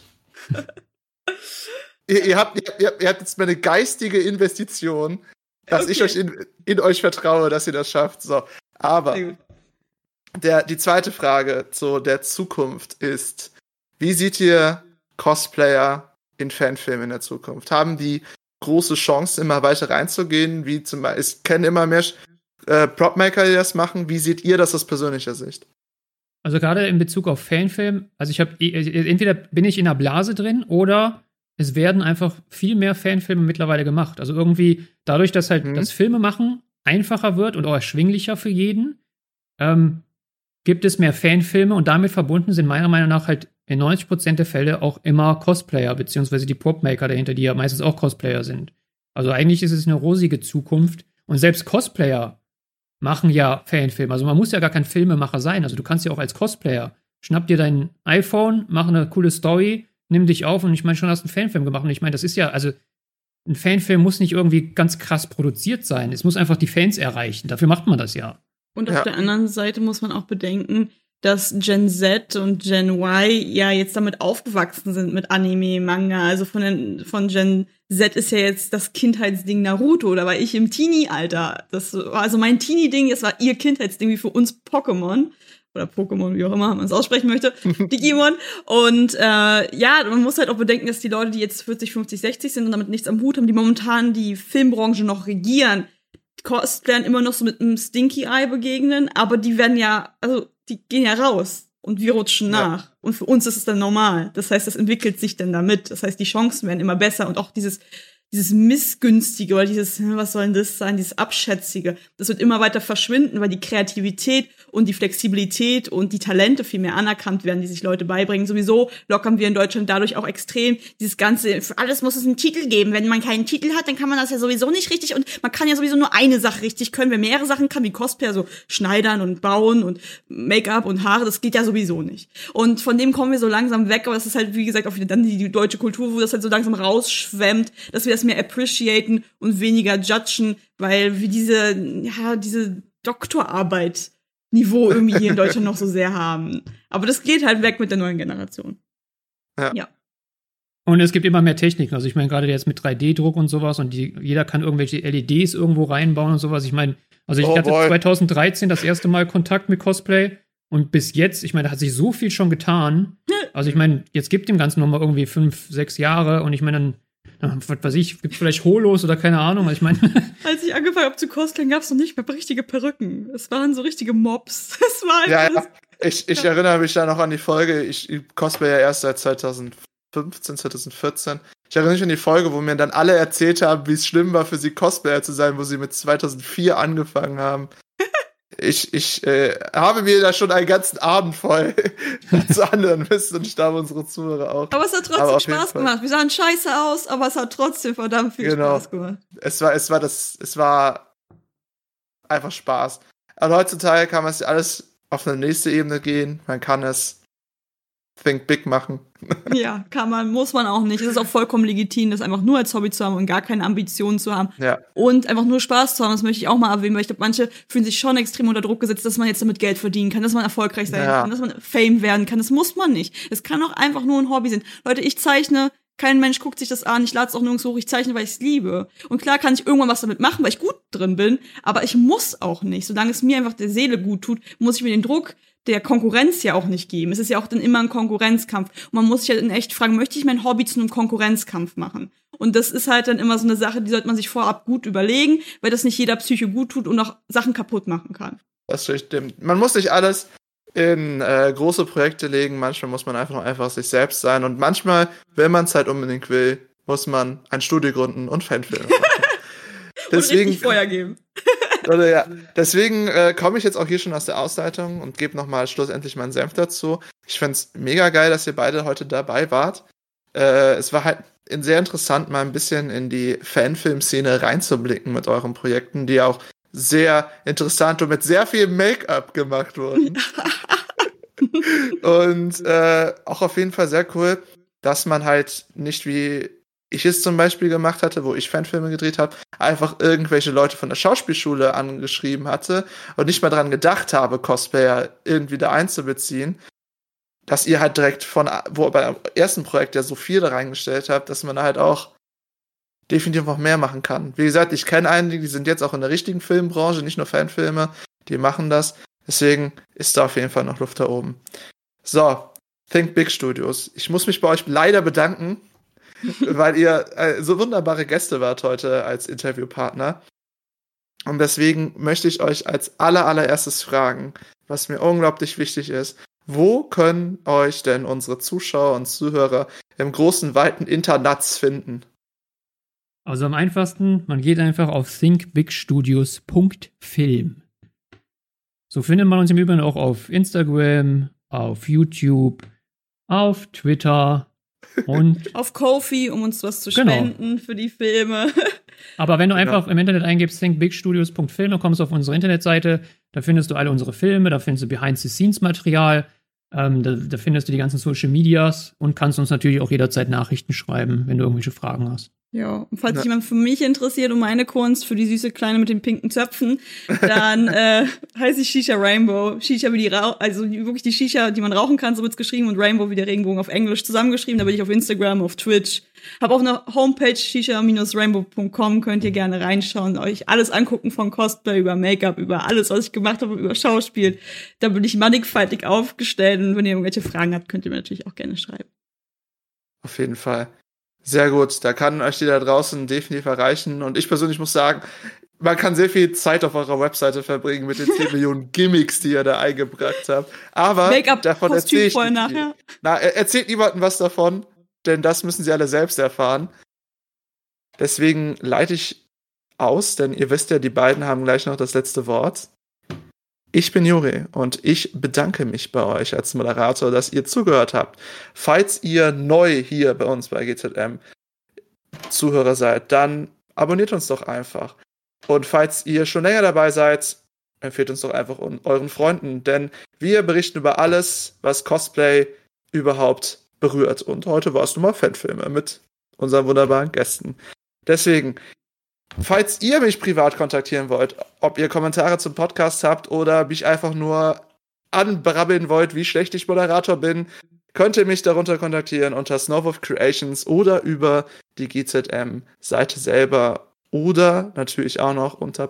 ihr habt jetzt meine geistige Investition, dass ich euch in euch vertraue, dass ihr das schafft. So. Aber die zweite Frage zu der Zukunft ist, wie seht ihr Cosplayer in Fanfilmen in der Zukunft? Haben die große Chance, immer weiter reinzugehen? Wie zum Beispiel, ich kenne immer mehr Propmaker, die das machen. Wie seht ihr das aus persönlicher Sicht? Also gerade in Bezug auf Fanfilm, also entweder bin ich in einer Blase drin oder es werden einfach viel mehr Fanfilme mittlerweile gemacht. Also irgendwie dadurch, dass halt das Filmemachen einfacher wird und auch erschwinglicher für jeden, gibt es mehr Fanfilme, und damit verbunden sind meiner Meinung nach halt in 90% der Fälle auch immer Cosplayer, beziehungsweise die Propmaker dahinter, die ja meistens auch Cosplayer sind. Also eigentlich ist es eine rosige Zukunft, und selbst Cosplayer machen ja Fanfilme. Also man muss ja gar kein Filmemacher sein. Also du kannst ja auch als Cosplayer, schnapp dir dein iPhone, mach eine coole Story, nimm dich auf, und ich meine, schon hast du einen Fanfilm gemacht. Und ich meine, das ist ja, also ein Fanfilm muss nicht irgendwie ganz krass produziert sein. Es muss einfach die Fans erreichen. Dafür macht man das ja. Und auf der anderen Seite muss man auch bedenken, dass Gen Z und Gen Y ja jetzt damit aufgewachsen sind mit Anime, Manga. Also von Gen Z ist ja jetzt das Kindheitsding Naruto. Da war ich im Teenie-Alter. Das war also mein Teenie-Ding, das war ihr Kindheitsding, wie für uns Pokémon. Oder Pokémon, wie auch immer man es aussprechen möchte. Digimon. Und ja, man muss halt auch bedenken, dass die Leute, die jetzt 40, 50, 60 sind und damit nichts am Hut haben, die momentan die Filmbranche noch regieren, Cosplayern immer noch so mit einem Stinky Eye begegnen, aber die werden ja, also die gehen ja raus und wir rutschen nach. Und für uns ist es dann normal. Das heißt, das entwickelt sich dann damit. Das heißt, die Chancen werden immer besser und auch dieses Missgünstige oder dieses, was soll denn das sein, dieses Abschätzige, das wird immer weiter verschwinden, weil die Kreativität und die Flexibilität und die Talente viel mehr anerkannt werden, die sich Leute beibringen. Sowieso lockern wir in Deutschland dadurch auch extrem dieses ganze, für alles muss es einen Titel geben. Wenn man keinen Titel hat, dann kann man das ja sowieso nicht richtig und man kann ja sowieso nur eine Sache richtig können. Wer mehrere Sachen kann, wie Cosplayer, so schneidern und bauen und Make-up und Haare, das geht ja sowieso nicht. Und von dem kommen wir so langsam weg, aber das ist halt, wie gesagt, auch wieder dann die deutsche Kultur, wo das halt so langsam rausschwemmt, dass wir das mehr appreciaten und weniger judgen, weil wir diese Doktorarbeit Niveau irgendwie hier in Deutschland noch so sehr haben. Aber das geht halt weg mit der neuen Generation. Ja. Und es gibt immer mehr Techniken. Also ich meine, gerade jetzt mit 3D-Druck und sowas und jeder kann irgendwelche LEDs irgendwo reinbauen und sowas. Ich meine, also ich hatte 2013 das erste Mal Kontakt mit Cosplay und bis jetzt, ich meine, da hat sich so viel schon getan. Also ich meine, jetzt gibt dem Ganzen noch mal irgendwie 5, 6 Jahre und ich meine, dann was weiß ich, gibt vielleicht Holos oder keine Ahnung, was ich meine. Als ich angefangen habe zu cosplayen, gab es noch nicht mehr richtige Perücken. Es waren so richtige Mobs. Es war ja. Ich erinnere mich da noch an die Folge. Ich cosplay ja erst seit 2015, 2014. Ich erinnere mich an die Folge, wo mir dann alle erzählt haben, wie es schlimm war für sie Cosplayer zu sein, wo sie mit 2004 angefangen haben. Ich habe mir da schon einen ganzen Abend voll zu anhören müssen und ich glaube unsere Zuhörer auch. Aber es hat trotzdem Spaß gemacht. Wir sahen scheiße aus, aber es hat trotzdem verdammt viel Spaß gemacht. Es war einfach Spaß. Und heutzutage kann man es alles auf eine nächste Ebene gehen. Man kann es Think Big machen. Ja, muss man auch nicht. Es ist auch vollkommen legitim, das einfach nur als Hobby zu haben und gar keine Ambitionen zu haben. Ja. Und einfach nur Spaß zu haben, das möchte ich auch mal erwähnen, weil ich glaube, manche fühlen sich schon extrem unter Druck gesetzt, dass man jetzt damit Geld verdienen kann, dass man erfolgreich sein kann, dass man Fame werden kann. Das muss man nicht. Es kann auch einfach nur ein Hobby sein. Leute, ich zeichne, kein Mensch guckt sich das an, ich lade es auch nirgends hoch, ich zeichne, weil ich es liebe. Und klar kann ich irgendwann was damit machen, weil ich gut drin bin, aber ich muss auch nicht. Solange es mir einfach der Seele gut tut, muss ich mir den Druck der Konkurrenz ja auch nicht geben. Es ist ja auch dann immer ein Konkurrenzkampf. Und man muss sich halt in echt fragen, möchte ich mein Hobby zu einem Konkurrenzkampf machen? Und das ist halt dann immer so eine Sache, die sollte man sich vorab gut überlegen, weil das nicht jeder Psyche gut tut und auch Sachen kaputt machen kann. Das stimmt. Man muss nicht alles in große Projekte legen. Manchmal muss man einfach sich selbst sein. Und manchmal, wenn man es halt unbedingt will, muss man ein Studio gründen und Fanfilme machen. Deswegen, und richtig Feuer geben. Deswegen komme ich jetzt auch hier schon aus der Ausleitung und gebe nochmal schlussendlich meinen Senf dazu. Ich find's mega geil, dass ihr beide heute dabei wart. Es war halt sehr interessant, mal ein bisschen in die Fanfilm-Szene reinzublicken mit euren Projekten, die auch sehr interessant und mit sehr viel Make-up gemacht wurden. Und auch auf jeden Fall sehr cool, dass man halt nicht wie ich es zum Beispiel gemacht hatte, wo ich Fanfilme gedreht habe, einfach irgendwelche Leute von der Schauspielschule angeschrieben hatte und nicht mal dran gedacht habe, Cosplayer irgendwie da einzubeziehen, dass ihr halt direkt beim ersten Projekt ja so viel da reingestellt habt, dass man da halt auch definitiv noch mehr machen kann. Wie gesagt, ich kenne einige, die sind jetzt auch in der richtigen Filmbranche, nicht nur Fanfilme, die machen das. Deswegen ist da auf jeden Fall noch Luft da oben. So, Think Big Studios. Ich muss mich bei euch leider bedanken, weil ihr so wunderbare Gäste wart heute als Interviewpartner. Und deswegen möchte ich euch als allererstes fragen, was mir unglaublich wichtig ist, wo können euch denn unsere Zuschauer und Zuhörer im großen, weiten Internets finden? Also am einfachsten, man geht einfach auf thinkbigstudios.film. So findet man uns im Übrigen auch auf Instagram, auf YouTube, auf Twitter, und auf Ko-fi, um uns was zu spenden für die Filme. Aber wenn du einfach im Internet eingibst, thinkbigstudios.film, dann kommst du auf unsere Internetseite, da findest du alle unsere Filme, da findest du Behind-the-Scenes-Material, da findest du die ganzen Social Medias und kannst uns natürlich auch jederzeit Nachrichten schreiben, wenn du irgendwelche Fragen hast. Ja, und falls sich jemand für mich interessiert und meine Kunst, für die süße Kleine mit den pinken Zöpfen, dann heiße ich Shisha Rainbow. Shisha wie also wirklich die Shisha, die man rauchen kann, so wird's geschrieben, und Rainbow wie der Regenbogen auf Englisch zusammengeschrieben. Da bin ich auf Instagram, auf Twitch. Hab auch eine Homepage, shisha-rainbow.com, könnt ihr gerne reinschauen, euch alles angucken, von Cosplay über Make-up, über alles, was ich gemacht habe, über Schauspiel. Da bin ich mannigfaltig aufgestellt, und wenn ihr irgendwelche Fragen habt, könnt ihr mir natürlich auch gerne schreiben. Auf jeden Fall. Sehr gut, da kann euch die da draußen definitiv erreichen. Und ich persönlich muss sagen, man kann sehr viel Zeit auf eurer Webseite verbringen mit den 10 Millionen Gimmicks, die ihr da eingebracht habt. Aber davon erzähle ich nicht nachher. Erzählt niemandem was davon, denn das müssen sie alle selbst erfahren. Deswegen leite ich aus, denn ihr wisst ja, die beiden haben gleich noch das letzte Wort. Ich bin Juri und ich bedanke mich bei euch als Moderator, dass ihr zugehört habt. Falls ihr neu hier bei uns bei GZM Zuhörer seid, dann abonniert uns doch einfach. Und falls ihr schon länger dabei seid, empfehlt uns doch einfach euren Freunden, denn wir berichten über alles, was Cosplay überhaupt berührt. Und heute war es nun mal Fanfilme mit unseren wunderbaren Gästen. Deswegen, falls ihr mich privat kontaktieren wollt, ob ihr Kommentare zum Podcast habt oder mich einfach nur anbrabbeln wollt, wie schlecht ich Moderator bin, könnt ihr mich darunter kontaktieren unter Snowwolf Creations oder über die GZM-Seite selber oder natürlich auch noch unter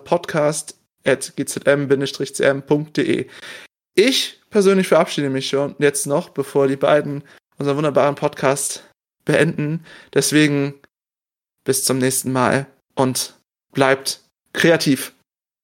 podcast@gzm-cm.de. Ich persönlich verabschiede mich schon jetzt noch, bevor die beiden unseren wunderbaren Podcast beenden. Deswegen bis zum nächsten Mal. Und bleibt kreativ.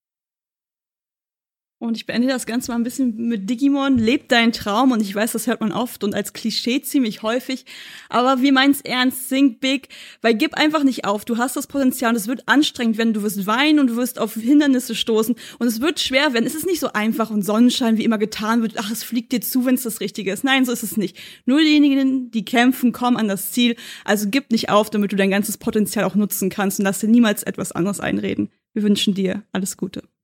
Und ich beende das Ganze mal ein bisschen mit Digimon. Lebt deinen Traum. Und ich weiß, das hört man oft und als Klischee ziemlich häufig. Aber wir meinen's ernst, think big. Weil gib einfach nicht auf. Du hast das Potenzial und es wird anstrengend werden. Du wirst weinen und du wirst auf Hindernisse stoßen. Und es wird schwer werden. Es ist nicht so einfach und Sonnenschein, wie immer getan wird. Ach, es fliegt dir zu, wenn es das Richtige ist. Nein, so ist es nicht. Nur diejenigen, die kämpfen, kommen an das Ziel. Also gib nicht auf, damit du dein ganzes Potenzial auch nutzen kannst. Und lass dir niemals etwas anderes einreden. Wir wünschen dir alles Gute.